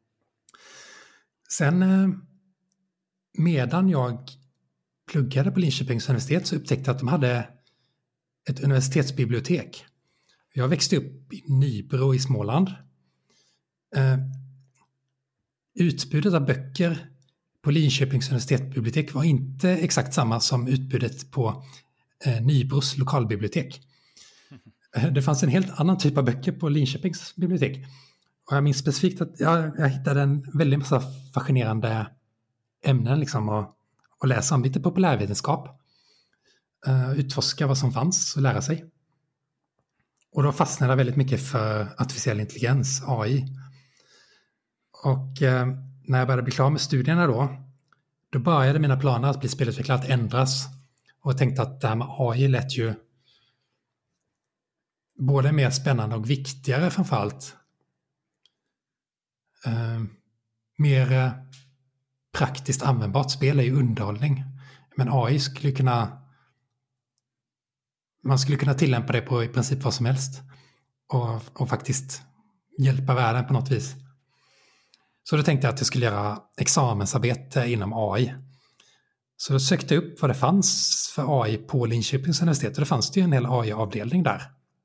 Sen medan jag pluggade på Linköpings universitet så upptäckte jag att de hade ett universitetsbibliotek. Jag växte upp i Nybro i Småland. Utbudet av böcker på Linköpings universitetsbibliotek var inte exakt samma som utbudet på Nybros lokalbibliotek. Det fanns en helt annan typ av böcker på Linköpings bibliotek. Och jag minns specifikt att jag hittade en väldigt massa fascinerande ämnen liksom och läsa om lite populärvetenskap. Utforska vad som fanns och lära sig. Och då fastnade jag väldigt mycket för artificiell intelligens, AI. Och när jag började bli klar med studierna då började mina planer att bli spelutvecklare att ändras. Och jag tänkte att det här med AI lät ju både mer spännande och viktigare framförallt. Mer praktiskt användbart spel är ju underhållning. Men AI skulle kunna... Man skulle kunna tillämpa det på i princip vad som helst. Och faktiskt hjälpa världen på något vis. Så då tänkte jag att jag skulle göra examensarbete inom AI. Så jag sökte upp vad det fanns för AI på Linköpings universitet. Och det fanns det ju en hel AI-avdelning där.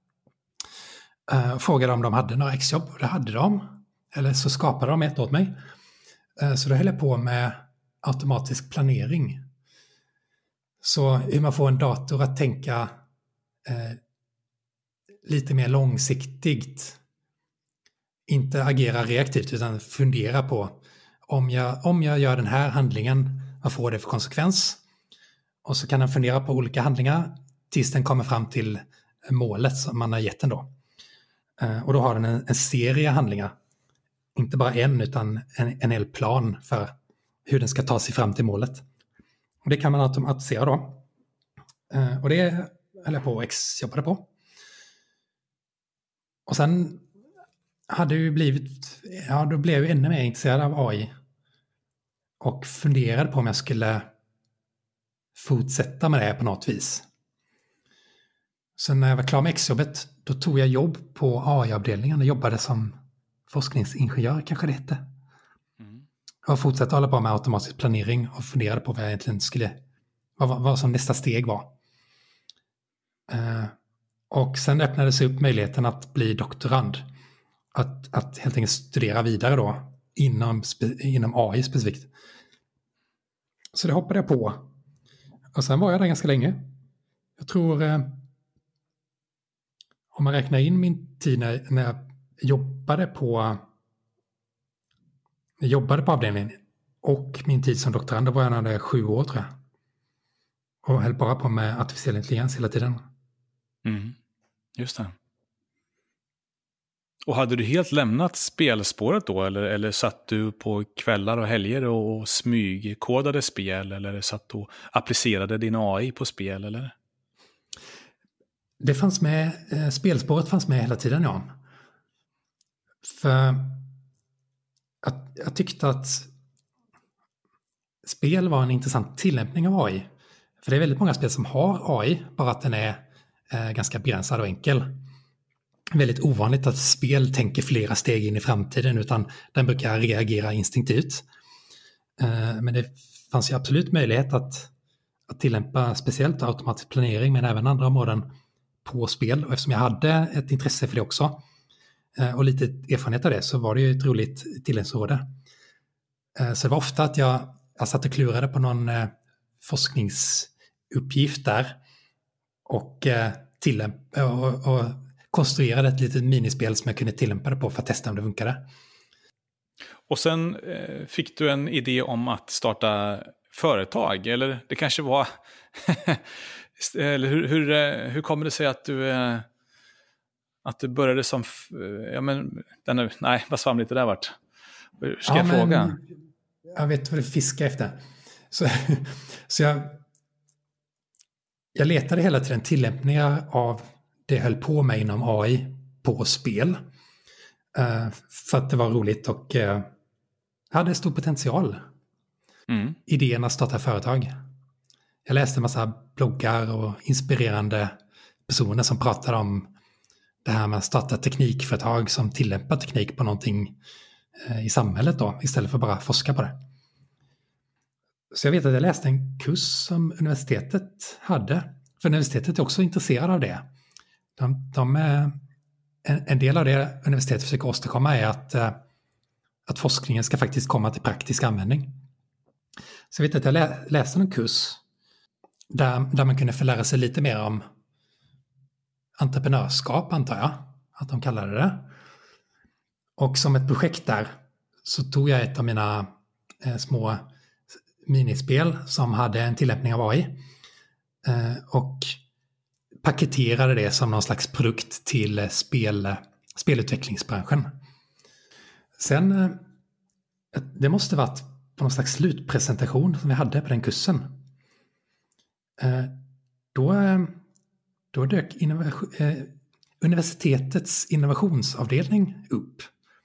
Frågade om de hade några exjobb. Och det hade de. Eller så skapade de ett åt mig. Så då höll jag på med automatisk planering. Så hur man får en dator att tänka lite mer långsiktigt. Inte agera reaktivt utan fundera på om jag gör den här handlingen, vad får det för konsekvens? Och så kan den fundera på olika handlingar tills den kommer fram till målet som man har gett den då. Och då har den en serie handlingar. Inte bara en utan en hel plan för hur den ska ta sig fram till målet. Och det kan man automatisera då. Och det höll jag på och jobbade på. Och sen hade ju då blev jag ännu mer intresserad av AI. Och funderade på om jag skulle fortsätta med det på något vis. Så när jag var klar med exjobbet, då tog jag jobb på AI-avdelningen och jobbade som forskningsingenjör, kanske det hette. Och fortsatte hålla på med automatisk planering och funderade på vad jag egentligen vad som nästa steg var. Och sen öppnades upp möjligheten att bli doktorand. Att helt enkelt studera vidare då inom AI specifikt. Så det hoppade jag på. Och sen var jag där ganska länge. Jag tror om man räknar in min tid när jag jobbade på avdelningen och min tid som doktorand, då var jag där 7 år tror jag. Och höll bara på med artificiell intelligens hela tiden. Just det. Och hade du helt lämnat spelspåret då? Eller satt du på kvällar och helger och smygkodade spel? Eller satt och applicerade din AI på spel? Eller? Det fanns med, spelspåret fanns med hela tiden, ja. För jag tyckte att spel var en intressant tillämpning av AI. För det är väldigt många spel som har AI, bara att den är ganska begränsad och enkel. Väldigt ovanligt att spel tänker flera steg in i framtiden, utan den brukar reagera instinktivt. Men det fanns ju absolut möjlighet att tillämpa speciellt automatisk planering, men även andra områden på spel. Och eftersom jag hade ett intresse för det också och lite erfarenhet av det, så var det ju ett roligt tilläggsområde. Så det var ofta att jag satt och klurade på någon forskningsuppgift där och konstruerade ett litet minispel som jag kunde tillämpa det på för att testa om det funkade. Och sen fick du en idé om att starta företag, eller det kanske var eller hur kommer det sig att du började som vad svamligt det där vart. Ska jag fråga? Jag vet vad du fiskar efter. Så jag letade hela tiden tillämpningar av det jag höll på med inom AI på spel. För att det var roligt och hade stor potential. Idén att starta företag. Jag läste en massa bloggar och inspirerande personer som pratade om det här med att starta teknikföretag som tillämpar teknik på någonting i samhället då, istället för bara forska på det. Så jag vet att jag läste en kurs som universitetet hade. För universitetet är också intresserade av det. En del av det universitetet försöker åstadkomma är att forskningen ska faktiskt komma till praktisk användning. Så jag vet att jag läste en kurs där man kunde få lära sig lite mer om entreprenörskap, antar jag att de kallade det. Och som ett projekt där så tog jag ett av mina små minispel som hade en tillämpning av AI och paketerade det som någon slags produkt till spelutvecklingsbranschen. Sen, det måste varit på någon slags slutpresentation som vi hade på den kursen. Då dök universitetets innovationsavdelning upp.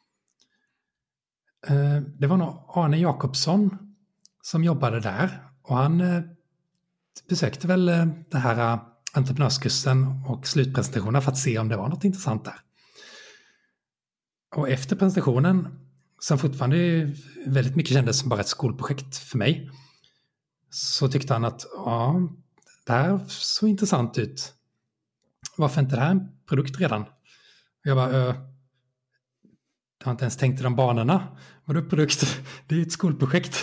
Det var nog Arne Jakobsson som jobbade där och han besökte väl det här entreprenörskursen och slutpresentationen för att se om det var något intressant där. Och efter presentationen, som fortfarande väldigt mycket kändes som bara ett skolprojekt för mig, så tyckte han att ja, det här såg intressant ut. Varför inte det här en produkt redan? Och jag bara, jag har inte ens tänkt i de banorna. Vadå produkt? Det är ju ett skolprojekt.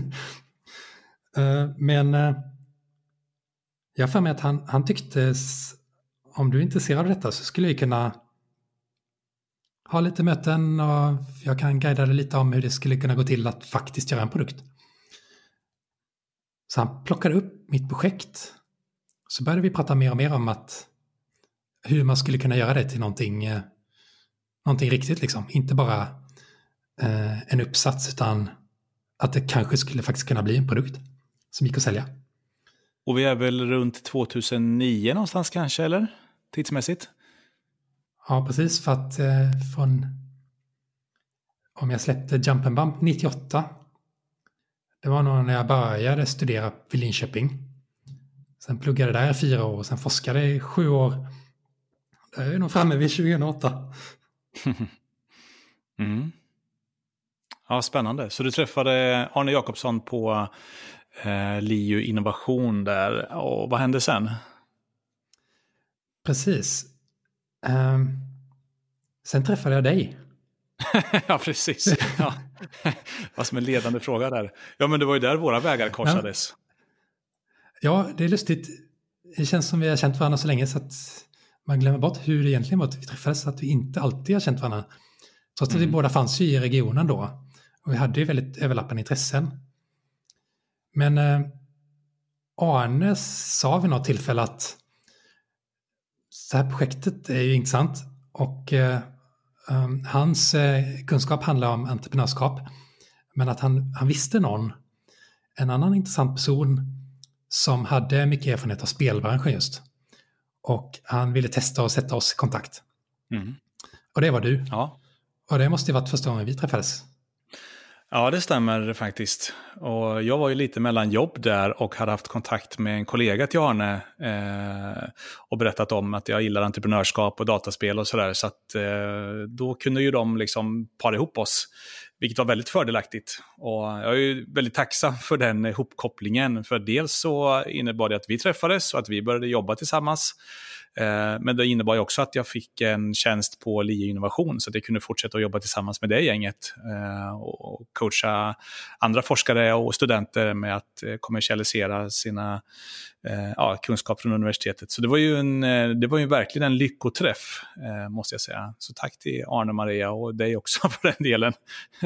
Men jag har för mig att han tyckte, om du är intresserad av detta så skulle vi kunna ha lite möten och jag kan guida dig lite om hur det skulle kunna gå till att faktiskt göra en produkt. Så han plockade upp mitt projekt. Så började vi prata mer och mer om att hur man skulle kunna göra det till någonting riktigt liksom. Inte bara en uppsats utan att det kanske skulle faktiskt kunna bli en produkt som gick att sälja. Och vi är väl runt 2009 någonstans kanske, eller? Tidsmässigt? Ja, precis. För att om jag släppte Jump and Bump 98, det var nog när jag började studera vid Linköping. Sen pluggade där i 4 år och sen forskade i 7 år. Där är vi nog framme vid 2008. Mm. Ja, spännande. Så du träffade Arne Jakobsson på LiU Innovation där. Och vad hände sen? Precis. Sen träffade jag dig. Ja, precis. Ja. Vad som en ledande fråga där. Ja, men det var ju där våra vägar korsades. Ja, det är lustigt. Det känns som vi har känt varandra så länge så att man glömmer bort hur det egentligen var att vi träffades, så att vi inte alltid har känt varandra. Trots att vi båda fanns ju i regionen då. Och vi hade ju väldigt överlappande intressen. Men Arne sa vid något tillfälle att det här projektet är ju intressant och hans kunskap handlar om entreprenörskap. Men att han visste en annan intressant person som hade mycket erfarenhet av spelbranschen just. Och han ville testa och sätta oss i kontakt. Mm. Och det var du. Ja. Och det måste ju varit första gången vi träffades. Ja, det stämmer faktiskt. Och jag var ju lite mellan jobb där och hade haft kontakt med en kollega till Arne och berättat om att jag gillar entreprenörskap och dataspel och sådär. Så att då kunde ju de liksom para ihop oss, vilket var väldigt fördelaktigt. Och jag är ju väldigt tacksam för den ihopkopplingen. För dels så innebar det att vi träffades och att vi började jobba tillsammans. Men det innebar ju också att jag fick en tjänst på LiU Innovation så att jag kunde fortsätta att jobba tillsammans med det gänget och coacha andra forskare och studenter med att kommersialisera sina kunskap från universitetet. Så det var ju verkligen en lyckoträff, måste jag säga. Så tack till Arne och Maria och dig också för den delen.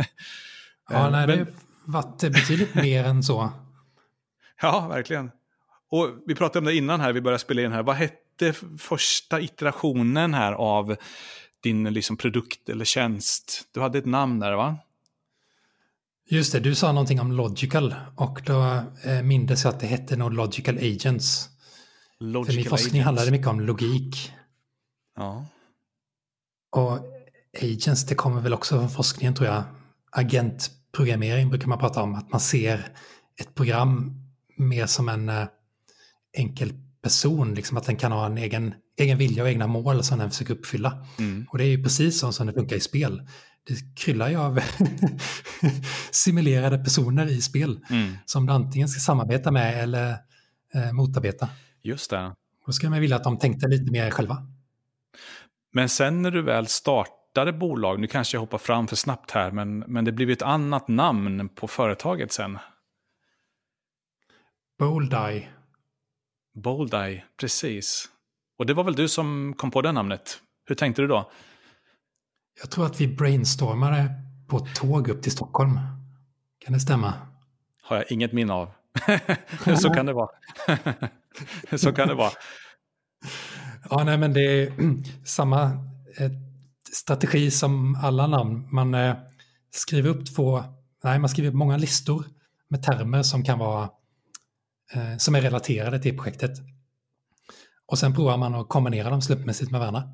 Ja, nej, det har varit betydligt mer än så. Ja, verkligen. Och vi pratade om det innan här, vi började spela in här. Vad hette första iterationen här av din liksom produkt eller tjänst? Du hade ett namn där, va? Just det, du sa någonting om Logical och då mindes jag att det hette nog Logical Agents. För min forskning handlade mycket om logik. Ja. Och Agents, det kommer väl också från forskningen tror jag. Agentprogrammering brukar man prata om, att man ser ett program mer som en enkel person, liksom att den kan ha en egen vilja och egna mål som den försöker uppfylla. Och det är ju precis som det funkar i spel. Det kryllar ju av simulerade personer i spel som du antingen ska samarbeta med eller motarbeta. Just det. Då ska man vilja att de tänkte lite mer själva. Men sen när du väl startade bolag, nu kanske jag hoppar fram för snabbt här, men det blev ett annat namn på företaget sen. Boldeye, precis. Och det var väl du som kom på det namnet. Hur tänkte du då? Jag tror att vi brainstormade på ett tåg upp till Stockholm. Kan det stämma? Har jag inget minne av. Så kan det vara. Så kan det vara. Ja, nej, men det är samma strategi som alla namn. Man skriver upp man skriver upp många listor med termer som kan vara som är relaterade till projektet. Och sen provar man att kombinera dem slumpmässigt med varandra.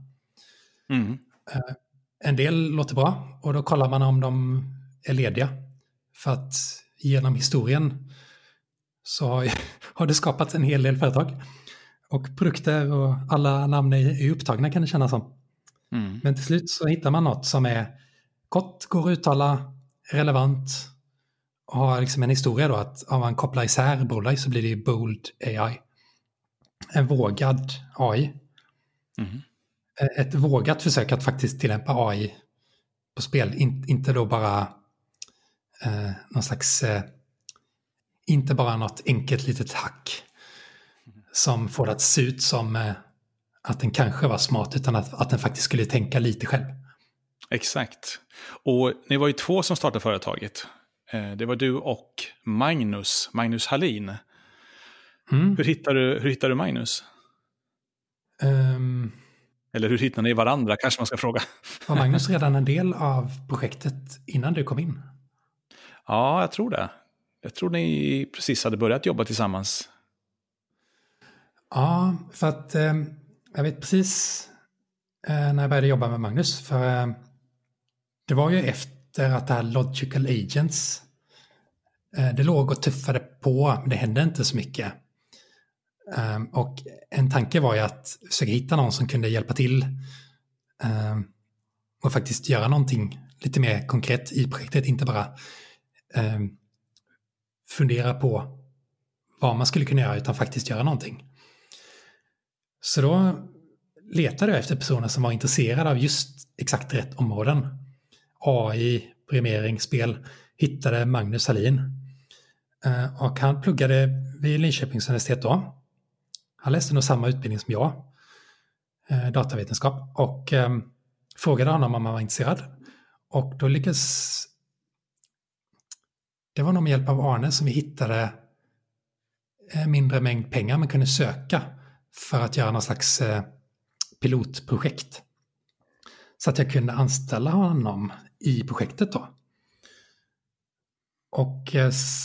En del låter bra och då kollar man om de är lediga. För att genom historien så har det skapats en hel del företag. Och produkter och alla namn är upptagna kan det kännas som. Men till slut så hittar man något som är kort, går att uttala, relevant och har liksom en historia då att om man kopplar isär Bullseye så blir det Bold AI. En vågad AI. Ett vågat försök att faktiskt tillämpa AI på spel. Inte då bara någon slags... inte bara något enkelt litet hack som får det att se ut som att den kanske var smart, utan att den faktiskt skulle tänka lite själv. Exakt. Och ni var ju 2 som startade företaget. Det var du och Magnus Hallin. Hur hittar du Magnus? Eller hur hittar ni varandra, kanske man ska fråga. Var Magnus redan en del av projektet innan du kom in? Ja, jag tror det. Jag tror ni precis hade börjat jobba tillsammans. Ja, för att jag vet precis när jag började jobba med Magnus. För det var ju efter att det här Logical Agents, det låg och tuffade på, men det hände inte så mycket. Och en tanke var ju att försöka hitta någon som kunde hjälpa till och faktiskt göra någonting lite mer konkret i projektet, inte bara fundera på vad man skulle kunna göra, utan faktiskt göra någonting. Så då letade jag efter personer som var intresserade av just exakt rätt områden. AI, programmering, spel. Hittade Magnus Hallin. Och han pluggade vid Linköpings universitet då. Han läste nog samma utbildning som jag. Datavetenskap. Och frågade honom om han var intresserad. Och då lyckades... Det var nog med hjälp av Arne som vi hittade mindre mängd pengar man kunde söka för att göra någon slags pilotprojekt. Så att jag kunde anställa honom i projektet då. Och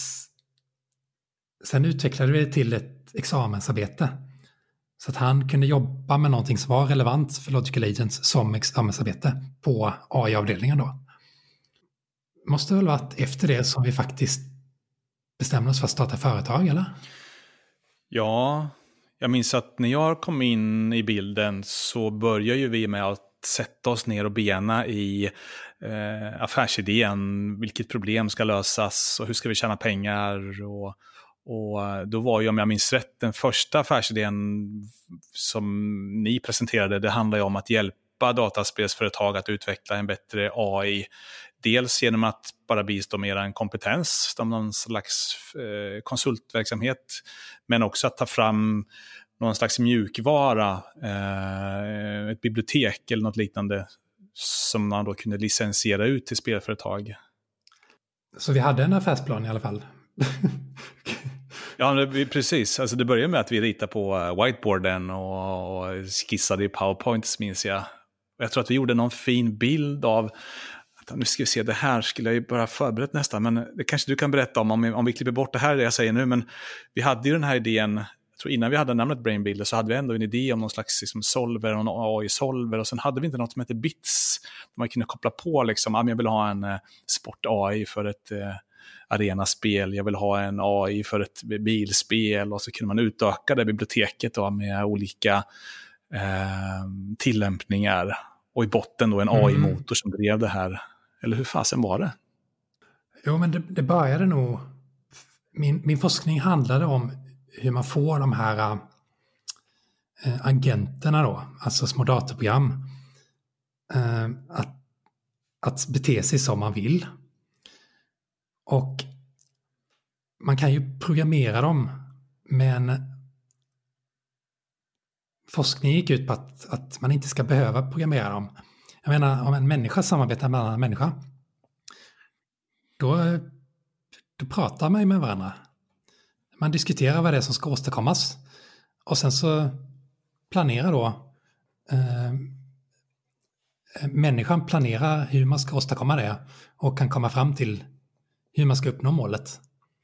sen utvecklade vi det till ett examensarbete. Så att han kunde jobba med någonting som var relevant för Logical Agents som examensarbete på AI-avdelningen då. Måste väl varit efter det som vi faktiskt bestämde oss för att starta företag, eller? Ja, jag minns att när jag kom in i bilden så började ju vi med att sätta oss ner och bena i affärsidén. Vilket problem ska lösas och hur ska vi tjäna pengar? Och då var ju, om jag minns rätt, den första affärsidén som ni presenterade, det handlar ju om att hjälpa dataspelsföretag att utveckla en bättre AI. Dels genom att bara bistå med en kompetens, som någon slags konsultverksamhet, men också att ta fram någon slags mjukvara, ett bibliotek eller något liknande som man då kunde licensiera ut till spelföretag. Så vi hade en affärsplan i alla fall? Ja, precis. Alltså det började med att vi ritade på whiteboarden och skissade i PowerPoint, minns jag. Jag tror att vi gjorde någon fin bild av... Nu ska vi se, det här skulle jag ju bara förberett nästan, men det kanske du kan berätta om vi klipper bort det här det jag säger nu. Men vi hade ju den här idén, jag tror innan vi hade namnet Brainbuilder så hade vi ändå en idé om någon slags liksom solver och någon AI-solver, och sen hade vi inte något som heter Bits. Man kunde koppla på liksom, jag vill ha en sport-AI för ett arenaspel, jag vill ha en AI för ett bilspel, och så kunde man utöka det biblioteket då med olika tillämpningar. Och i botten då en AI-motor som drev det här. Eller hur fasen var det? Jo, men det började nog... Min forskning handlade om hur man får de här agenterna då, alltså små datorprogram, att bete sig som man vill. Och man kan ju programmera dem, men forskning gick ut på att man inte ska behöva programmera dem. Jag menar, om en människa samarbetar med en annan människa, då pratar man ju med varandra. Man diskuterar vad det är som ska åstadkommas. Och sen så planerar då människan planerar hur man ska åstadkomma det och kan komma fram till hur man ska uppnå målet.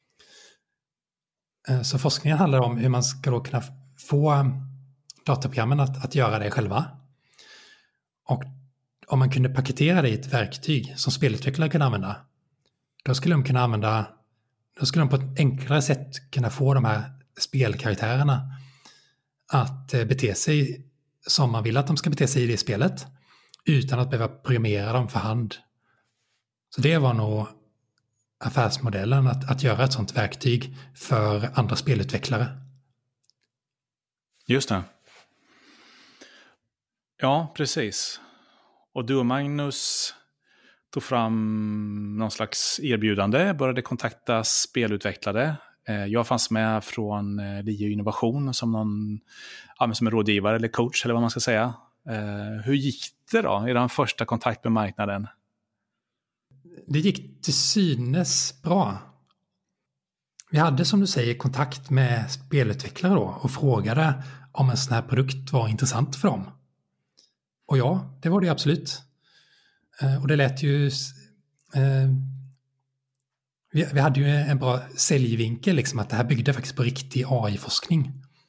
Så forskningen handlar om hur man ska då kunna få datorprogrammen att göra det själva. Och om man kunde paketera det i ett verktyg som spelutvecklare kunde använda, då skulle de på ett enklare sätt kunna få de här spelkaraktärerna att bete sig som man vill att de ska bete sig i det spelet, utan att behöva programmera dem för hand Så det var nog affärsmodellen, att göra ett sånt verktyg för andra spelutvecklare. Just det. Ja, precis. Och du och Magnus tog fram någon slags erbjudande, började kontakta spelutvecklare. Jag fanns med från LIO Innovation som som en rådgivare eller coach eller vad man ska säga. Hur gick det då, er första kontakt med marknaden? Det gick till synes bra. Vi hade, som du säger, kontakt med spelutvecklare då och frågade om en sån här produkt var intressant för dem. Och ja, det var det absolut. Och det lät ju... Vi hade ju en bra säljvinkel, liksom, att det här byggde faktiskt på riktig AI-forskning.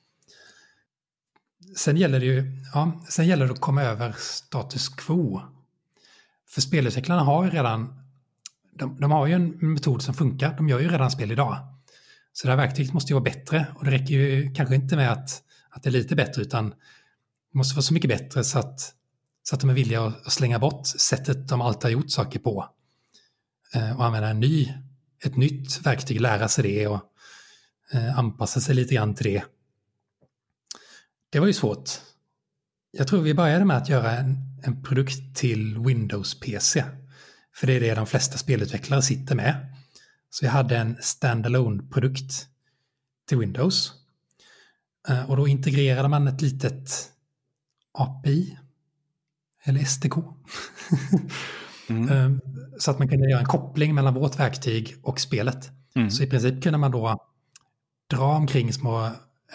Sen gäller det att komma över status quo. För spelutvecklarna har ju redan... De har ju en metod som funkar. De gör ju redan spel idag. Så det här verktyget måste ju vara bättre. Och det räcker ju kanske inte med att det är lite bättre, utan det måste vara så mycket bättre så att de är villiga att slänga bort sättet de alltid har gjort saker på. Och använda ett nytt verktyg, lära sig det och anpassa sig lite grann till det. Det var ju svårt. Jag tror vi började med att göra en produkt till Windows-PC. För det är det de flesta spelutvecklare sitter med. Så vi hade en standalone-produkt till Windows. Och då integrerade man ett litet API. Eller SDK. Så att man kunde göra en koppling mellan vårt verktyg och spelet. Så i princip kunde man då dra omkring små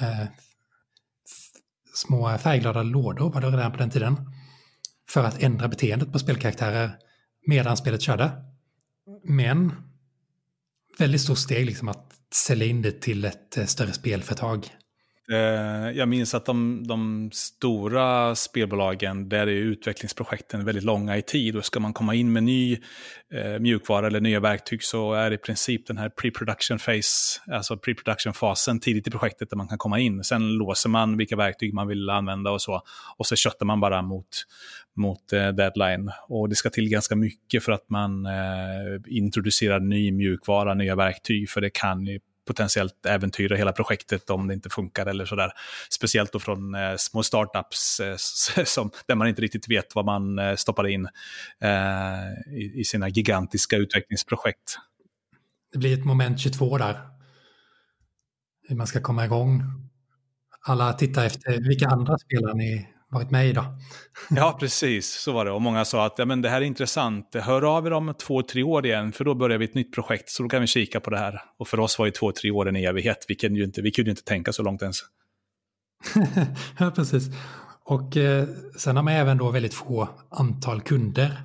färgglada lådor, var det redan på den tiden, för att ändra beteendet på spelkaraktärer medan spelet körde. Men väldigt stort steg liksom att sälja in det till ett större spelföretag. Jag minns att de stora spelbolagen, där är utvecklingsprojekten väldigt långa i tid. Och ska man komma in med ny mjukvara eller nya verktyg, så är det i princip den här pre-production phase, alltså pre-production-fasen tidigt i projektet där man kan komma in. Sen låser man vilka verktyg man vill använda och så. Och så köttar man bara mot deadline. Och det ska till ganska mycket för att man introducerar ny mjukvara, nya verktyg. För det kan ju potentiellt äventyra hela projektet om det inte funkar eller sådär. Speciellt då från små startups där man inte riktigt vet vad man stoppar in i sina gigantiska utvecklingsprojekt. Det blir ett moment 22 där. Hur man ska komma igång. Alla tittar efter vilka andra spelare ni varit med i då. Ja, precis. Så var det. Och många sa att det här är intressant. Hör av er om 2-3 år igen, för då börjar vi ett nytt projekt. Så då kan vi kika på det här. Och för oss var ju 2-3 år en evighet. Vi kunde ju inte tänka så långt ens. Ja, precis. Och sen har man även då väldigt få antal kunder.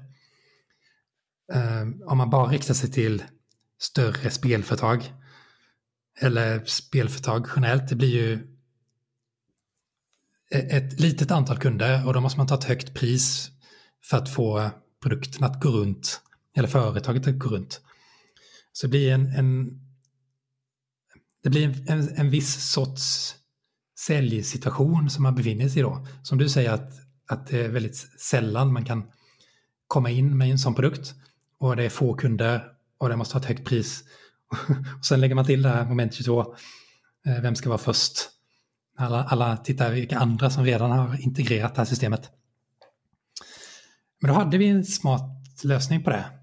Om man bara riktar sig till större spelföretag eller spelföretag generellt, det blir ju ett litet antal kunder, och då måste man ta ett högt pris för att få produkten att gå runt, eller företaget att gå runt. Så det blir en viss sorts säljsituation som man befinner sig i då. Som du säger att det är väldigt sällan man kan komma in med en sån produkt, och det är få kunder och det måste ha ett högt pris. Och sen lägger man till det här moment 22. Vem ska vara först? Alla tittar vilka andra som redan har integrerat det här systemet. Men då hade vi en smart lösning på det.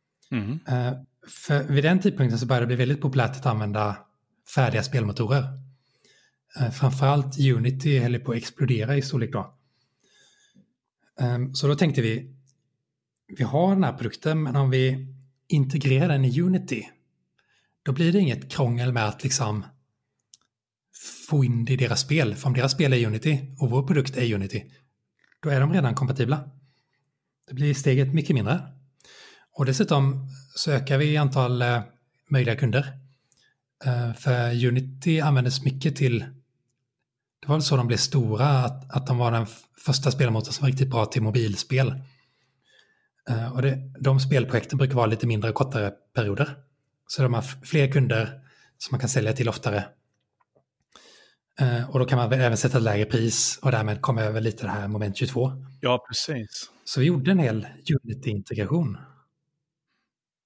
För vid den tidpunkten så började det bli väldigt populärt att använda färdiga spelmotorer. Framförallt Unity höll på att explodera i storlek då. Så då tänkte vi har den här produkten, men om vi integrerar den i Unity, då blir det inget krångel med att liksom få in det i deras spel. För om deras spel är Unity och vår produkt är Unity, då är de redan kompatibla. Det blir steget mycket mindre. Och dessutom så ökar vi antal möjliga kunder. För Unity användes mycket till, det var väl så de blev stora, att de var den första spelmotorn som var riktigt bra till mobilspel. Och de spelprojekten brukar vara lite mindre och kortare perioder. Så de har fler kunder som man kan sälja till oftare. Och då kan man även sätta ett lägre pris och därmed komma över lite det här moment 22. Ja, precis. Så vi gjorde en hel Unity-integration.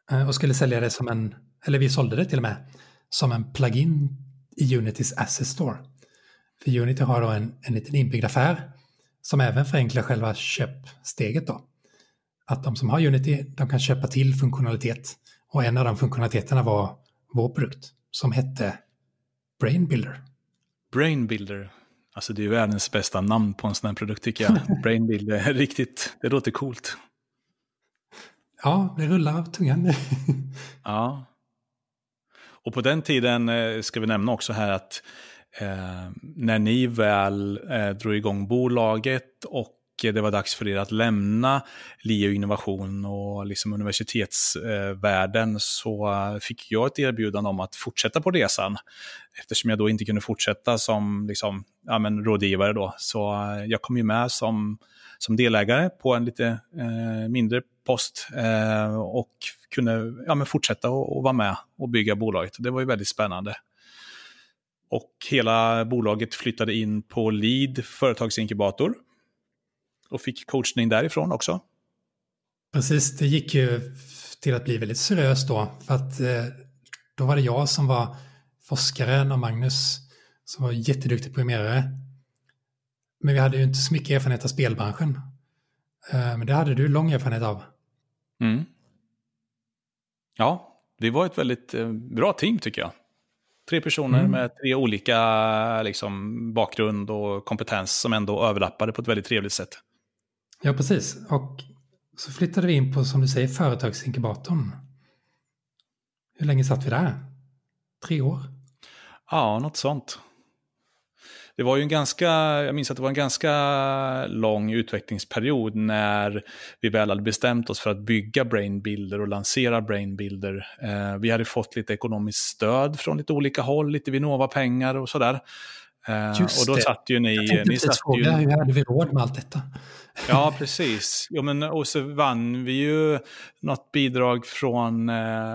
Och skulle sälja det som eller vi sålde det till och med, som en plugin i Unitys Asset Store. För Unity har då en liten inbyggd affär som även förenklar själva köpsteget då. Att de som har Unity, de kan köpa till funktionalitet. Och en av de funktionaliteterna var vår produkt som hette Brain Builder. Brain Builder. Alltså det är ju världens bästa namn på en sån här produkt tycker jag. Brain Builder, riktigt, det låter coolt. Ja, det rullar av tungan. Ja. Och på den tiden ska vi nämna också här att när ni väl drog igång bolaget och det var dags för er att lämna LiU Innovation och liksom universitetsvärlden, så fick jag ett erbjudande om att fortsätta på resan. Eftersom jag då inte kunde fortsätta som liksom, rådgivare då. Så jag kom ju med som delägare på en lite mindre post och kunde fortsätta och vara med och bygga bolaget. Det var ju väldigt spännande. Och hela bolaget flyttade in på Lead företagsinkubator och fick coachning därifrån också. Precis, det gick ju till att bli väldigt seriöst då. För att då var det jag som var forskaren och Magnus som var jätteduktig programmerare. Men vi hade ju inte så mycket erfarenhet av spelbranschen. Men det hade du lång erfarenhet av. Mm. Ja, vi var ett väldigt bra team tycker jag. 3 personer med 3 olika liksom, bakgrund och kompetens som ändå överlappade på ett väldigt trevligt sätt. Ja, precis. Och så flyttade vi in på, som du säger, företagsinkubatorn. Hur länge satt vi där? 3 år? Ja, något sånt. Det var ju jag minns att det var en ganska lång utvecklingsperiod när vi väl hade bestämt oss för att bygga Brain Builder och lansera Brain Builder. Vi hade fått lite ekonomiskt stöd från lite olika håll, lite Vinnova-pengar och sådär. Just och då det. satt ju ni... Jag tänkte precis fråga, hur hade vi råd med allt detta? Ja, precis. Och så vann vi ju något bidrag från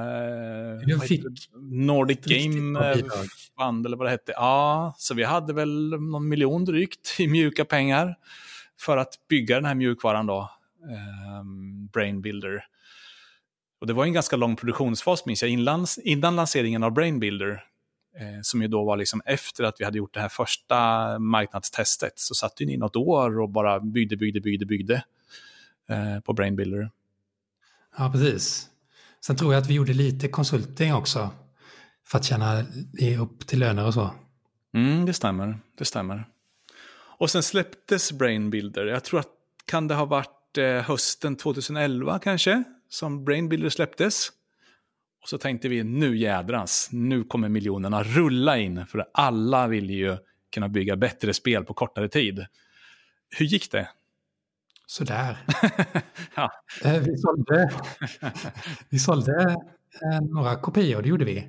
Nordic Game Fund eller vad det hette. Ja, så vi hade väl någon miljon drygt i mjuka pengar för att bygga den här mjukvaran då, Brain Builder. Och det var en ganska lång produktionsfas, minns jag, innan lanseringen av Brain Builder. Som ju då var liksom efter att vi hade gjort det här första marknadstestet, så satt ju i något år och bara byggde på Brain Builder. Ja, precis. Sen tror jag att vi gjorde lite konsulting också för att tjäna upp till löner och så. Det stämmer. Och sen släpptes Brain Builder. Jag tror att kan det ha varit hösten 2011 kanske som Brain Builder släpptes. Och så tänkte vi, nu jädrans, nu kommer miljonerna rulla in. För alla vill ju kunna bygga bättre spel på kortare tid. Hur gick det? Sådär. Ja. Vi sålde några kopior, det gjorde vi.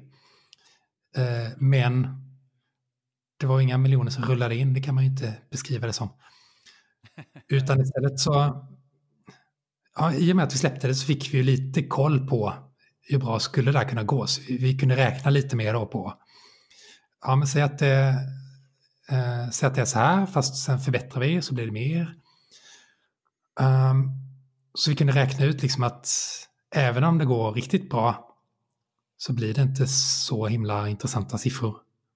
Men det var inga miljoner som rullade in, det kan man ju inte beskriva det som. Utan istället så, i och med att vi släppte det så fick vi ju lite koll på hur bra skulle det här kunna gå. Så vi kunde räkna lite mer då på, men säg att det är så här, fast sen förbättrar vi så blir det mer. Så vi kunde räkna ut liksom att även om det går riktigt bra så blir det inte så himla intressanta siffror.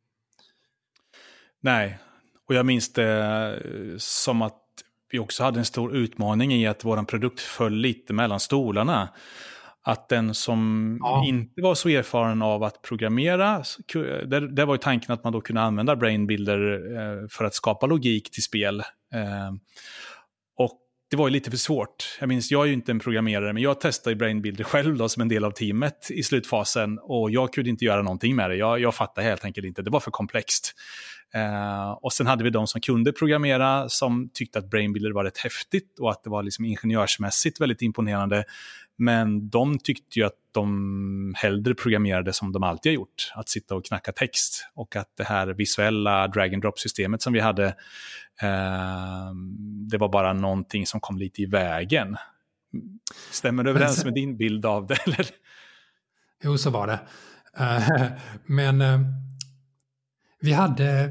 Nej, och jag minns det som att vi också hade en stor utmaning i att vår produkt föll lite mellan stolarna. Att den som inte var så erfaren av att programmera, där var ju tanken att man då kunde använda Brain Builder för att skapa logik till spel. Och det var ju lite för svårt. Jag minns, jag är ju inte en programmerare, men jag testade Brain Builder själv då, som en del av teamet i slutfasen. Och jag kunde inte göra någonting med det. Jag fattade helt enkelt inte. Det var för komplext. Och sen hade vi de som kunde programmera som tyckte att Brain Builder var rätt häftigt och att det var liksom ingenjörsmässigt väldigt imponerande. Men de tyckte ju att de hellre programmerade som de alltid har gjort. Att sitta och knacka text. Och att det här visuella drag-and-drop-systemet som vi hade, det var bara någonting som kom lite i vägen. Stämmer det överens med din bild av det? Eller? Jo, så var det. Men vi hade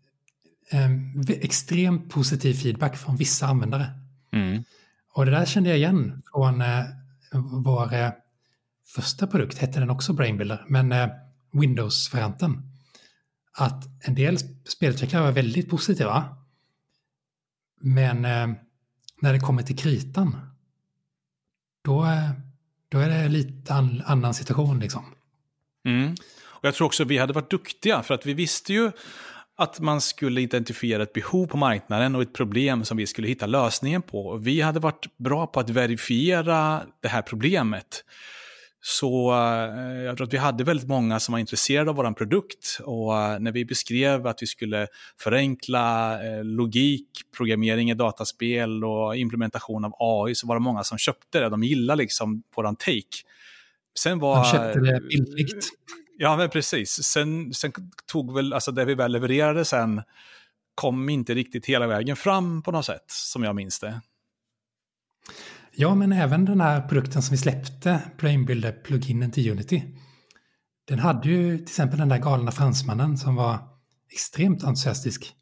extremt positiv feedback från vissa användare. Och det där kände jag igen från vår första produkt hette den också Brainbuilder, men Windows-varianten. Att en del spelutvecklare var väldigt positiva. Men när det kommer till kritan, då är det lite annan situation liksom. Och jag tror också vi hade varit duktiga, för att vi visste ju att man skulle identifiera ett behov på marknaden och ett problem som vi skulle hitta lösningen på. Och vi hade varit bra på att verifiera det här problemet. Så jag tror att vi hade väldigt många som var intresserade av vår produkt, och när vi beskrev att vi skulle förenkla logik, programmering i dataspel och implementation av AI, så var det många som köpte det. De gillade liksom våran take. Sen var... De köpte det billigt. Ja, men precis. Sen tog väl, alltså det vi väl levererade sen kom inte riktigt hela vägen fram på något sätt, som jag minns det. Ja, men även den här produkten som vi släppte, Brainbuilder-pluginen till Unity, den hade ju till exempel den där galna fransmannen som var extremt entusiastisk.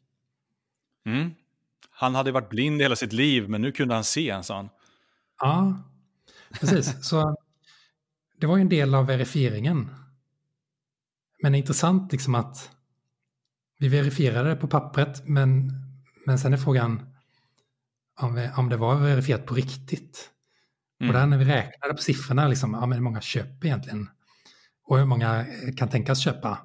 Han hade varit blind hela sitt liv, men nu kunde han se, sa han. Ja, precis. Så det var ju en del av verifieringen. Men det är intressant liksom att vi verifierade det på pappret, men sen är frågan om det var verifierat på riktigt. Och där när vi räknade på siffrorna, liksom, men hur många köper egentligen? Och hur många kan tänkas köpa?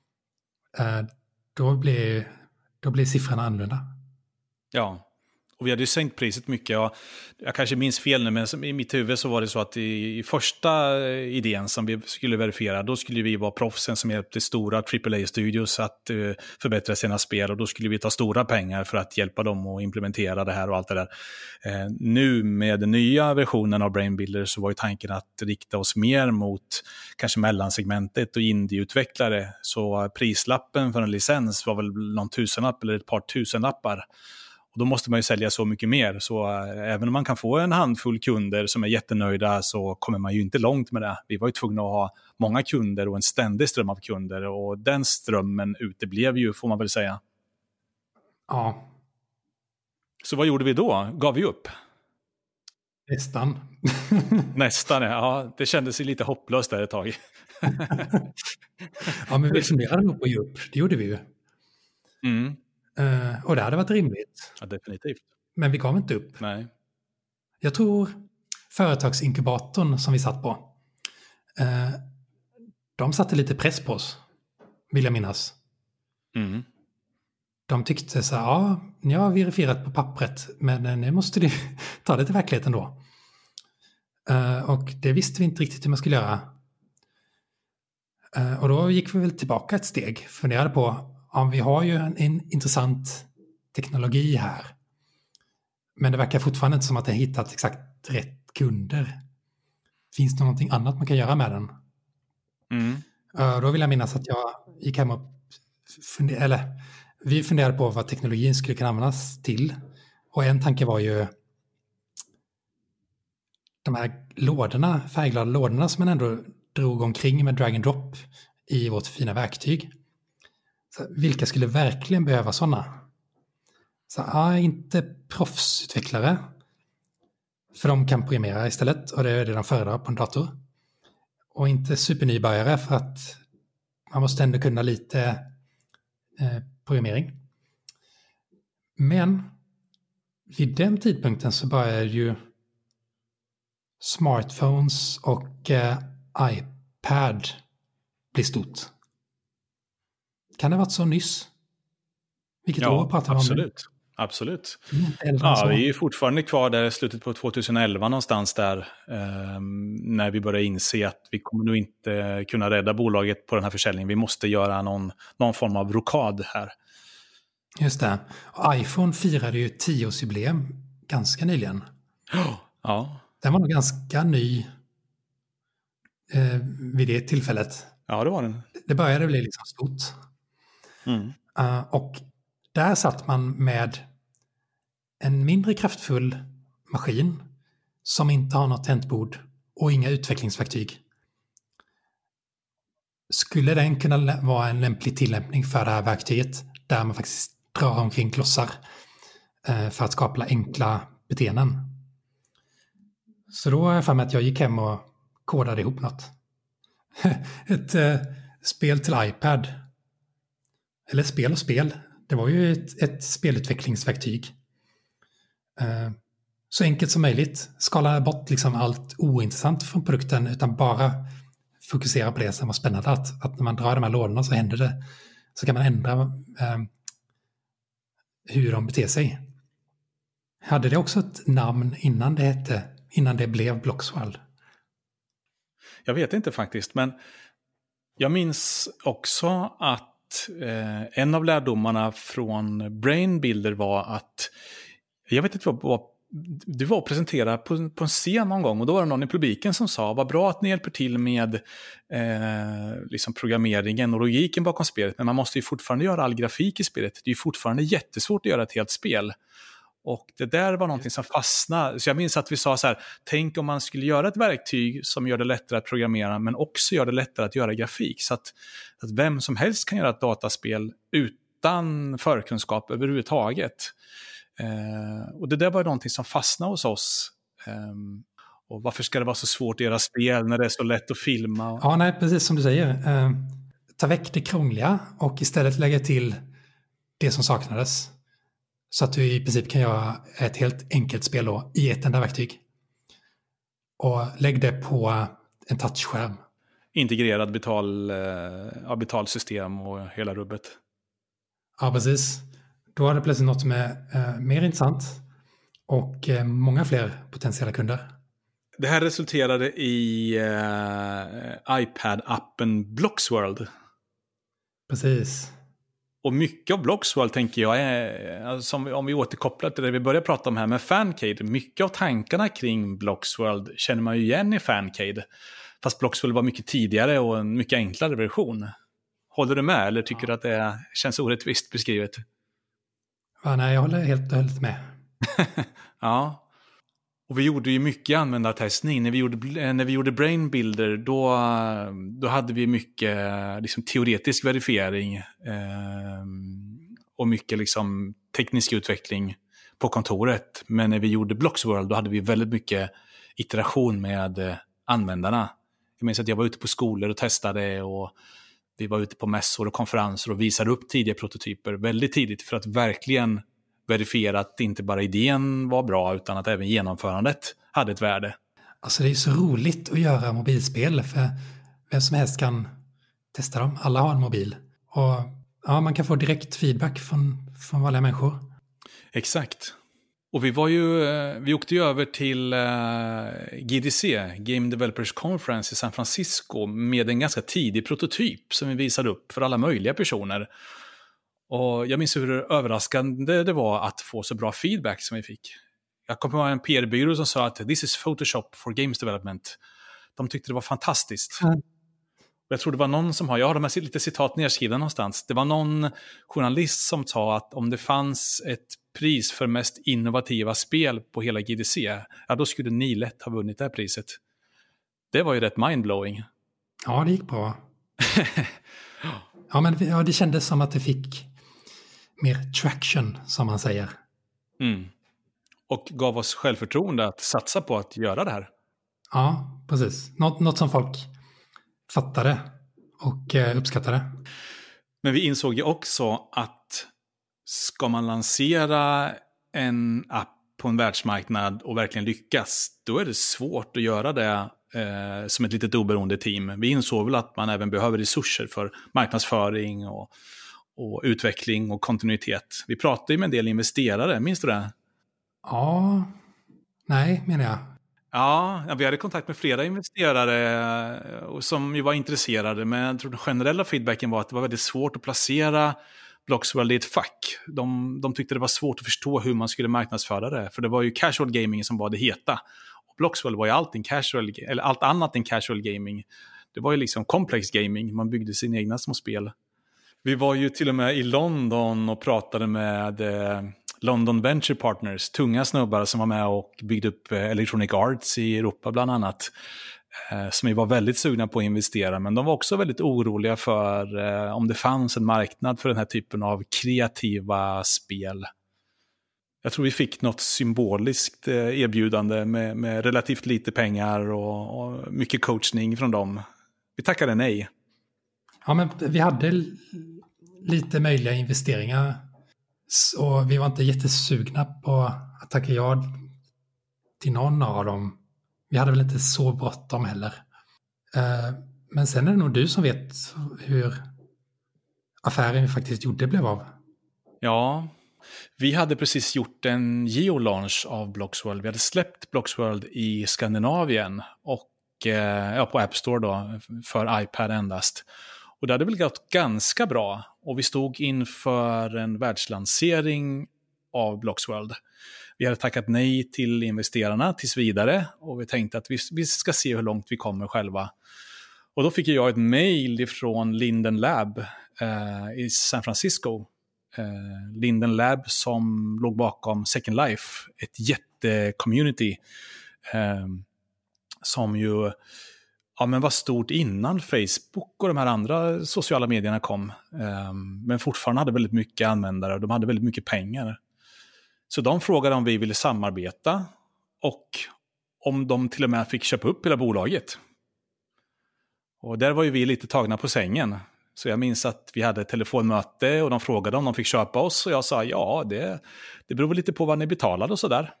Då blir siffrorna annorlunda. Ja, och vi hade ju sänkt priset mycket. Jag kanske minns fel nu, men i mitt huvud så var det så att i första idén som vi skulle verifiera, då skulle vi vara proffsen som hjälpte stora AAA-studios att förbättra sina spel, och då skulle vi ta stora pengar för att hjälpa dem att implementera det här och allt det där. Nu med den nya versionen av Brainbuilder så var ju tanken att rikta oss mer mot kanske mellansegmentet och indieutvecklare, så prislappen för en licens var väl någon tusenlapp eller ett par tusenlappar. Och då måste man ju sälja så mycket mer. Så även om man kan få en handfull kunder som är jättenöjda, så kommer man ju inte långt med det. Vi var ju tvungna att ha många kunder och en ständig ström av kunder. Och den strömmen uteblev ju, får man väl säga. Ja. Så vad gjorde vi då? Gav vi upp? Nästan. Nästan, ja. Det kändes ju lite hopplöst där ett tag. Ja, men vi funderade nog på att ge upp. Det gjorde vi ju. Och det hade varit rimligt. Ja, definitivt. Men vi gav inte upp. Nej. Jag tror företagsinkubatorn som vi satt på, de satte lite press på oss, vill jag minnas. De tyckte så här, ja, ni har verifierat på pappret, men nu måste du ta det till verkligheten då. Och det visste vi inte riktigt hur man skulle göra. Och då gick vi väl tillbaka ett steg, funderade på, vi har ju en intressant teknologi här. Men det verkar fortfarande inte som att det har hittat exakt rätt kunder. Finns det någonting annat man kan göra med den? Då vill jag minnas att jag gick hem och vi funderade på vad teknologin skulle kunna användas till. Och en tanke var ju de här lådorna, färgglada lådorna som man ändå drog omkring med drag and drop i vårt fina verktyg. Så vilka skulle verkligen behöva sådana? Så inte proffsutvecklare. För de kan programmera istället, och det är det de föredrar på en dator. Och inte supernybörjare, för att man måste ändå kunna lite programmering. Men vid den tidpunkten så började ju smartphones och iPad bli stort. Kan det ha varit så nyss? Vilket år pratar vi om nu? Absolut. Ja, vi är ju fortfarande kvar där i slutet på 2011 någonstans där, när vi börjar inse att vi kommer nog inte kunna rädda bolaget på den här försäljningen. Vi måste göra någon form av rokad här. Just det. Och iPhone firade ju 10-årsjubileum ganska nyligen. Ja. Den var nog ganska ny vid det tillfället. Ja, det var den. Det började bli liksom stort. Och där satt man med en mindre kraftfull maskin som inte har något tangentbord och inga utvecklingsverktyg. Skulle den kunna vara en lämplig tillämpning för det här verktyget där man faktiskt drar omkring klossar för att skapa enkla beteenden? Så då är jag för mig att jag gick hem och kodade ihop något. Ett spel till iPad. Eller spel och spel. Det var ju ett spelutvecklingsverktyg. Så enkelt som möjligt. Skala bort liksom allt ointressant från produkten utan bara fokusera på det som var spännande. Att när man drar de här lådorna så händer det. Så kan man ändra hur de beter sig. Hade det också ett namn innan det blev Bloxworld? Jag vet inte faktiskt, men jag minns också att en av lärdomarna från Brain Builder var att, jag vet inte vad du var och presenterade på en scen någon gång och då var det någon i publiken som sa vad bra att ni hjälper till med liksom programmeringen och logiken bakom spelet, men man måste ju fortfarande göra all grafik i spelet. Det är ju fortfarande jättesvårt att göra ett helt spel. Och det där var någonting som fastnade. Så jag minns att vi sa så här, tänk om man skulle göra ett verktyg som gör det lättare att programmera men också gör det lättare att göra grafik. Så att vem som helst kan göra ett dataspel utan förkunskap överhuvudtaget. Och det där var någonting som fastnade hos oss. Och varför ska det vara så svårt att göra spel när det är så lätt att filma? Ja, nej, precis som du säger. Ta väck det krångliga och istället lägga till det som saknades. Så att du i princip kan göra ett helt enkelt spel då, i ett enda verktyg. Och lägg det på en touchskärm. Integrerad betalsystem och hela rubbet. Ja, precis. Då är det plötsligt något som är mer intressant och många fler potentiella kunder. Det här resulterade i iPad-appen Bloxworld. Precis. Och mycket av Bloxworld tänker jag är, alltså, om vi återkopplar till det vi började prata om här med Fancade, mycket av tankarna kring Bloxworld känner man ju igen i Fancade. Fast Bloxworld var mycket tidigare och en mycket enklare version. Håller du med eller tycker du att det känns orättvist beskrivet? Ja, nej, jag håller helt och hållet med. Ja. Och vi gjorde ju mycket användartestning. När vi gjorde Brain Builder då hade vi mycket liksom, teoretisk verifiering och mycket liksom, teknisk utveckling på kontoret. Men när vi gjorde Bloxworld då hade vi väldigt mycket iteration med användarna. Jag minns att jag var ute på skolor och testade och vi var ute på mässor och konferenser och visade upp tidiga prototyper väldigt tidigt för att verkligen verifiera att inte bara idén var bra utan att även genomförandet hade ett värde. Alltså det är så roligt att göra mobilspel för vem som helst kan testa dem. Alla har en mobil. Och ja, man kan få direkt feedback från vanliga människor. Exakt. Och vi åkte ju över till GDC, Game Developers Conference i San Francisco med en ganska tidig prototyp som vi visade upp för alla möjliga personer. Och jag minns hur överraskande det var att få så bra feedback som vi fick. Jag kom på en PR-byrå som sa att this is Photoshop for games development. De tyckte det var fantastiskt. Jag tror det var någon som jag har de här lite citat nedskrivna någonstans. Det var någon journalist som sa att om det fanns ett pris för mest innovativa spel på hela GDC, ja då skulle ni lätt ha vunnit det här priset. Det var ju rätt mindblowing. Ja, det gick bra. Ja, men det kändes som att det fick mer traction, som man säger. Mm. Och gav oss självförtroende att satsa på att göra det här. Ja, precis. Något som folk fattade och uppskattade. Men vi insåg ju också att ska man lansera en app på en världsmarknad och verkligen lyckas, då är det svårt att göra det som ett litet oberoende team. Vi insåg väl att man även behöver resurser för marknadsföring och utveckling och kontinuitet. Vi pratade ju med en del investerare, minns du det? Ja, nej menar jag. Ja, vi hade kontakt med flera investerare som ju var intresserade, men jag tror den generella feedbacken var att det var väldigt svårt att placera Bloxworld i ett fack. De tyckte det var svårt att förstå hur man skulle marknadsföra det, för det var ju casual gaming som var det heta. Och Bloxworld var ju allt annat än casual gaming. Det var ju liksom complex gaming, man byggde sina egna små spel. Vi var ju till och med i London och pratade med London Venture Partners, tunga snubbar som var med och byggde upp Electronic Arts i Europa bland annat. Som vi var väldigt sugna på att investera, men de var också väldigt oroliga för om det fanns en marknad för den här typen av kreativa spel. Jag tror vi fick något symboliskt erbjudande med relativt lite pengar och mycket coachning från dem. Vi tackade nej. Ja, men vi hade lite möjliga investeringar och vi var inte jättesugna på att tacka ja till någon av dem. Vi hade väl inte så bråttom heller. Men sen är det nog du som vet hur affären vi faktiskt gjorde blev av. Ja, vi hade precis gjort en geolaunch av Bloxworld. Vi hade släppt Bloxworld i Skandinavien och på App Store då, för iPad endast. Och det hade väl gått ganska bra. Och vi stod inför en världslansering av Bloxworld. Vi hade tackat nej till investerarna tills vidare. Och vi tänkte att vi ska se hur långt vi kommer själva. Och då fick jag ett mejl från Linden Lab i San Francisco. Linden Lab som låg bakom Second Life. Ett jättecommunity som ju var stort innan Facebook och de här andra sociala medierna kom. Men fortfarande hade väldigt mycket användare och de hade väldigt mycket pengar. Så de frågade om vi ville samarbeta och om de till och med fick köpa upp hela bolaget. Och där var ju vi lite tagna på sängen. Så jag minns att vi hade ett telefonmöte och de frågade om de fick köpa oss. Och jag sa ja, det beror väl lite på vad ni betalade och sådär.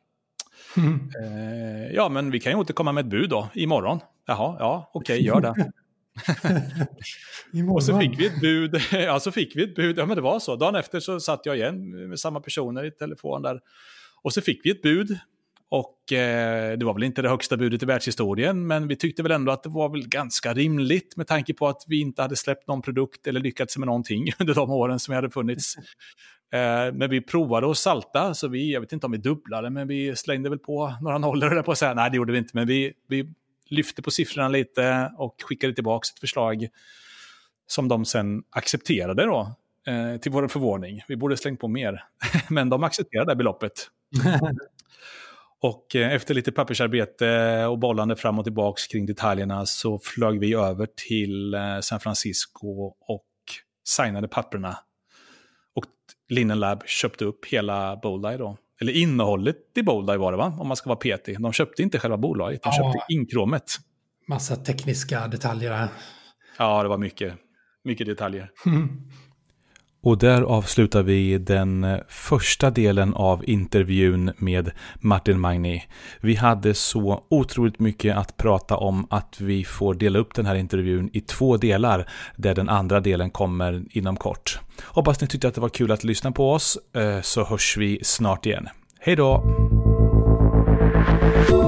Ja, men vi kan ju återkomma med ett bud då imorgon. Jaha, ja, okej, gör det. Och så fick vi ett bud. Ja, men det var så. Dagen efter så satt jag igen med samma personer i telefon där. Och så fick vi ett bud. Och det var väl inte det högsta budet i världshistorien, men vi tyckte väl ändå att det var väl ganska rimligt med tanke på att vi inte hade släppt någon produkt eller lyckats med någonting under de åren som vi hade funnits. Men vi provade att salta, så jag vet inte om vi dubblade, men vi slängde väl på några nollor där på att säga. Nej, det gjorde vi inte, men vi lyfte på siffrorna lite och skickade tillbaka ett förslag som de sen accepterade då, till vår förvåning. Vi borde slängt på mer, men de accepterade det beloppet. Och efter lite pappersarbete och bollande fram och tillbaka kring detaljerna så flög vi över till San Francisco och signade papperna. Och Linden Lab köpte upp hela Boldeye då. Eller innehållet i Boldeye var det, va? Om man ska vara petig. De köpte inte själva bolaget, de köpte inkromet. Massa tekniska detaljer där. Ja, det var mycket detaljer. Och där avslutar vi den första delen av intervjun med Martin Magni. Vi hade så otroligt mycket att prata om att vi får dela upp den här intervjun i 2 delar, där den andra delen kommer inom kort. Hoppas ni tyckte att det var kul att lyssna på oss, så hörs vi snart igen. Hej då!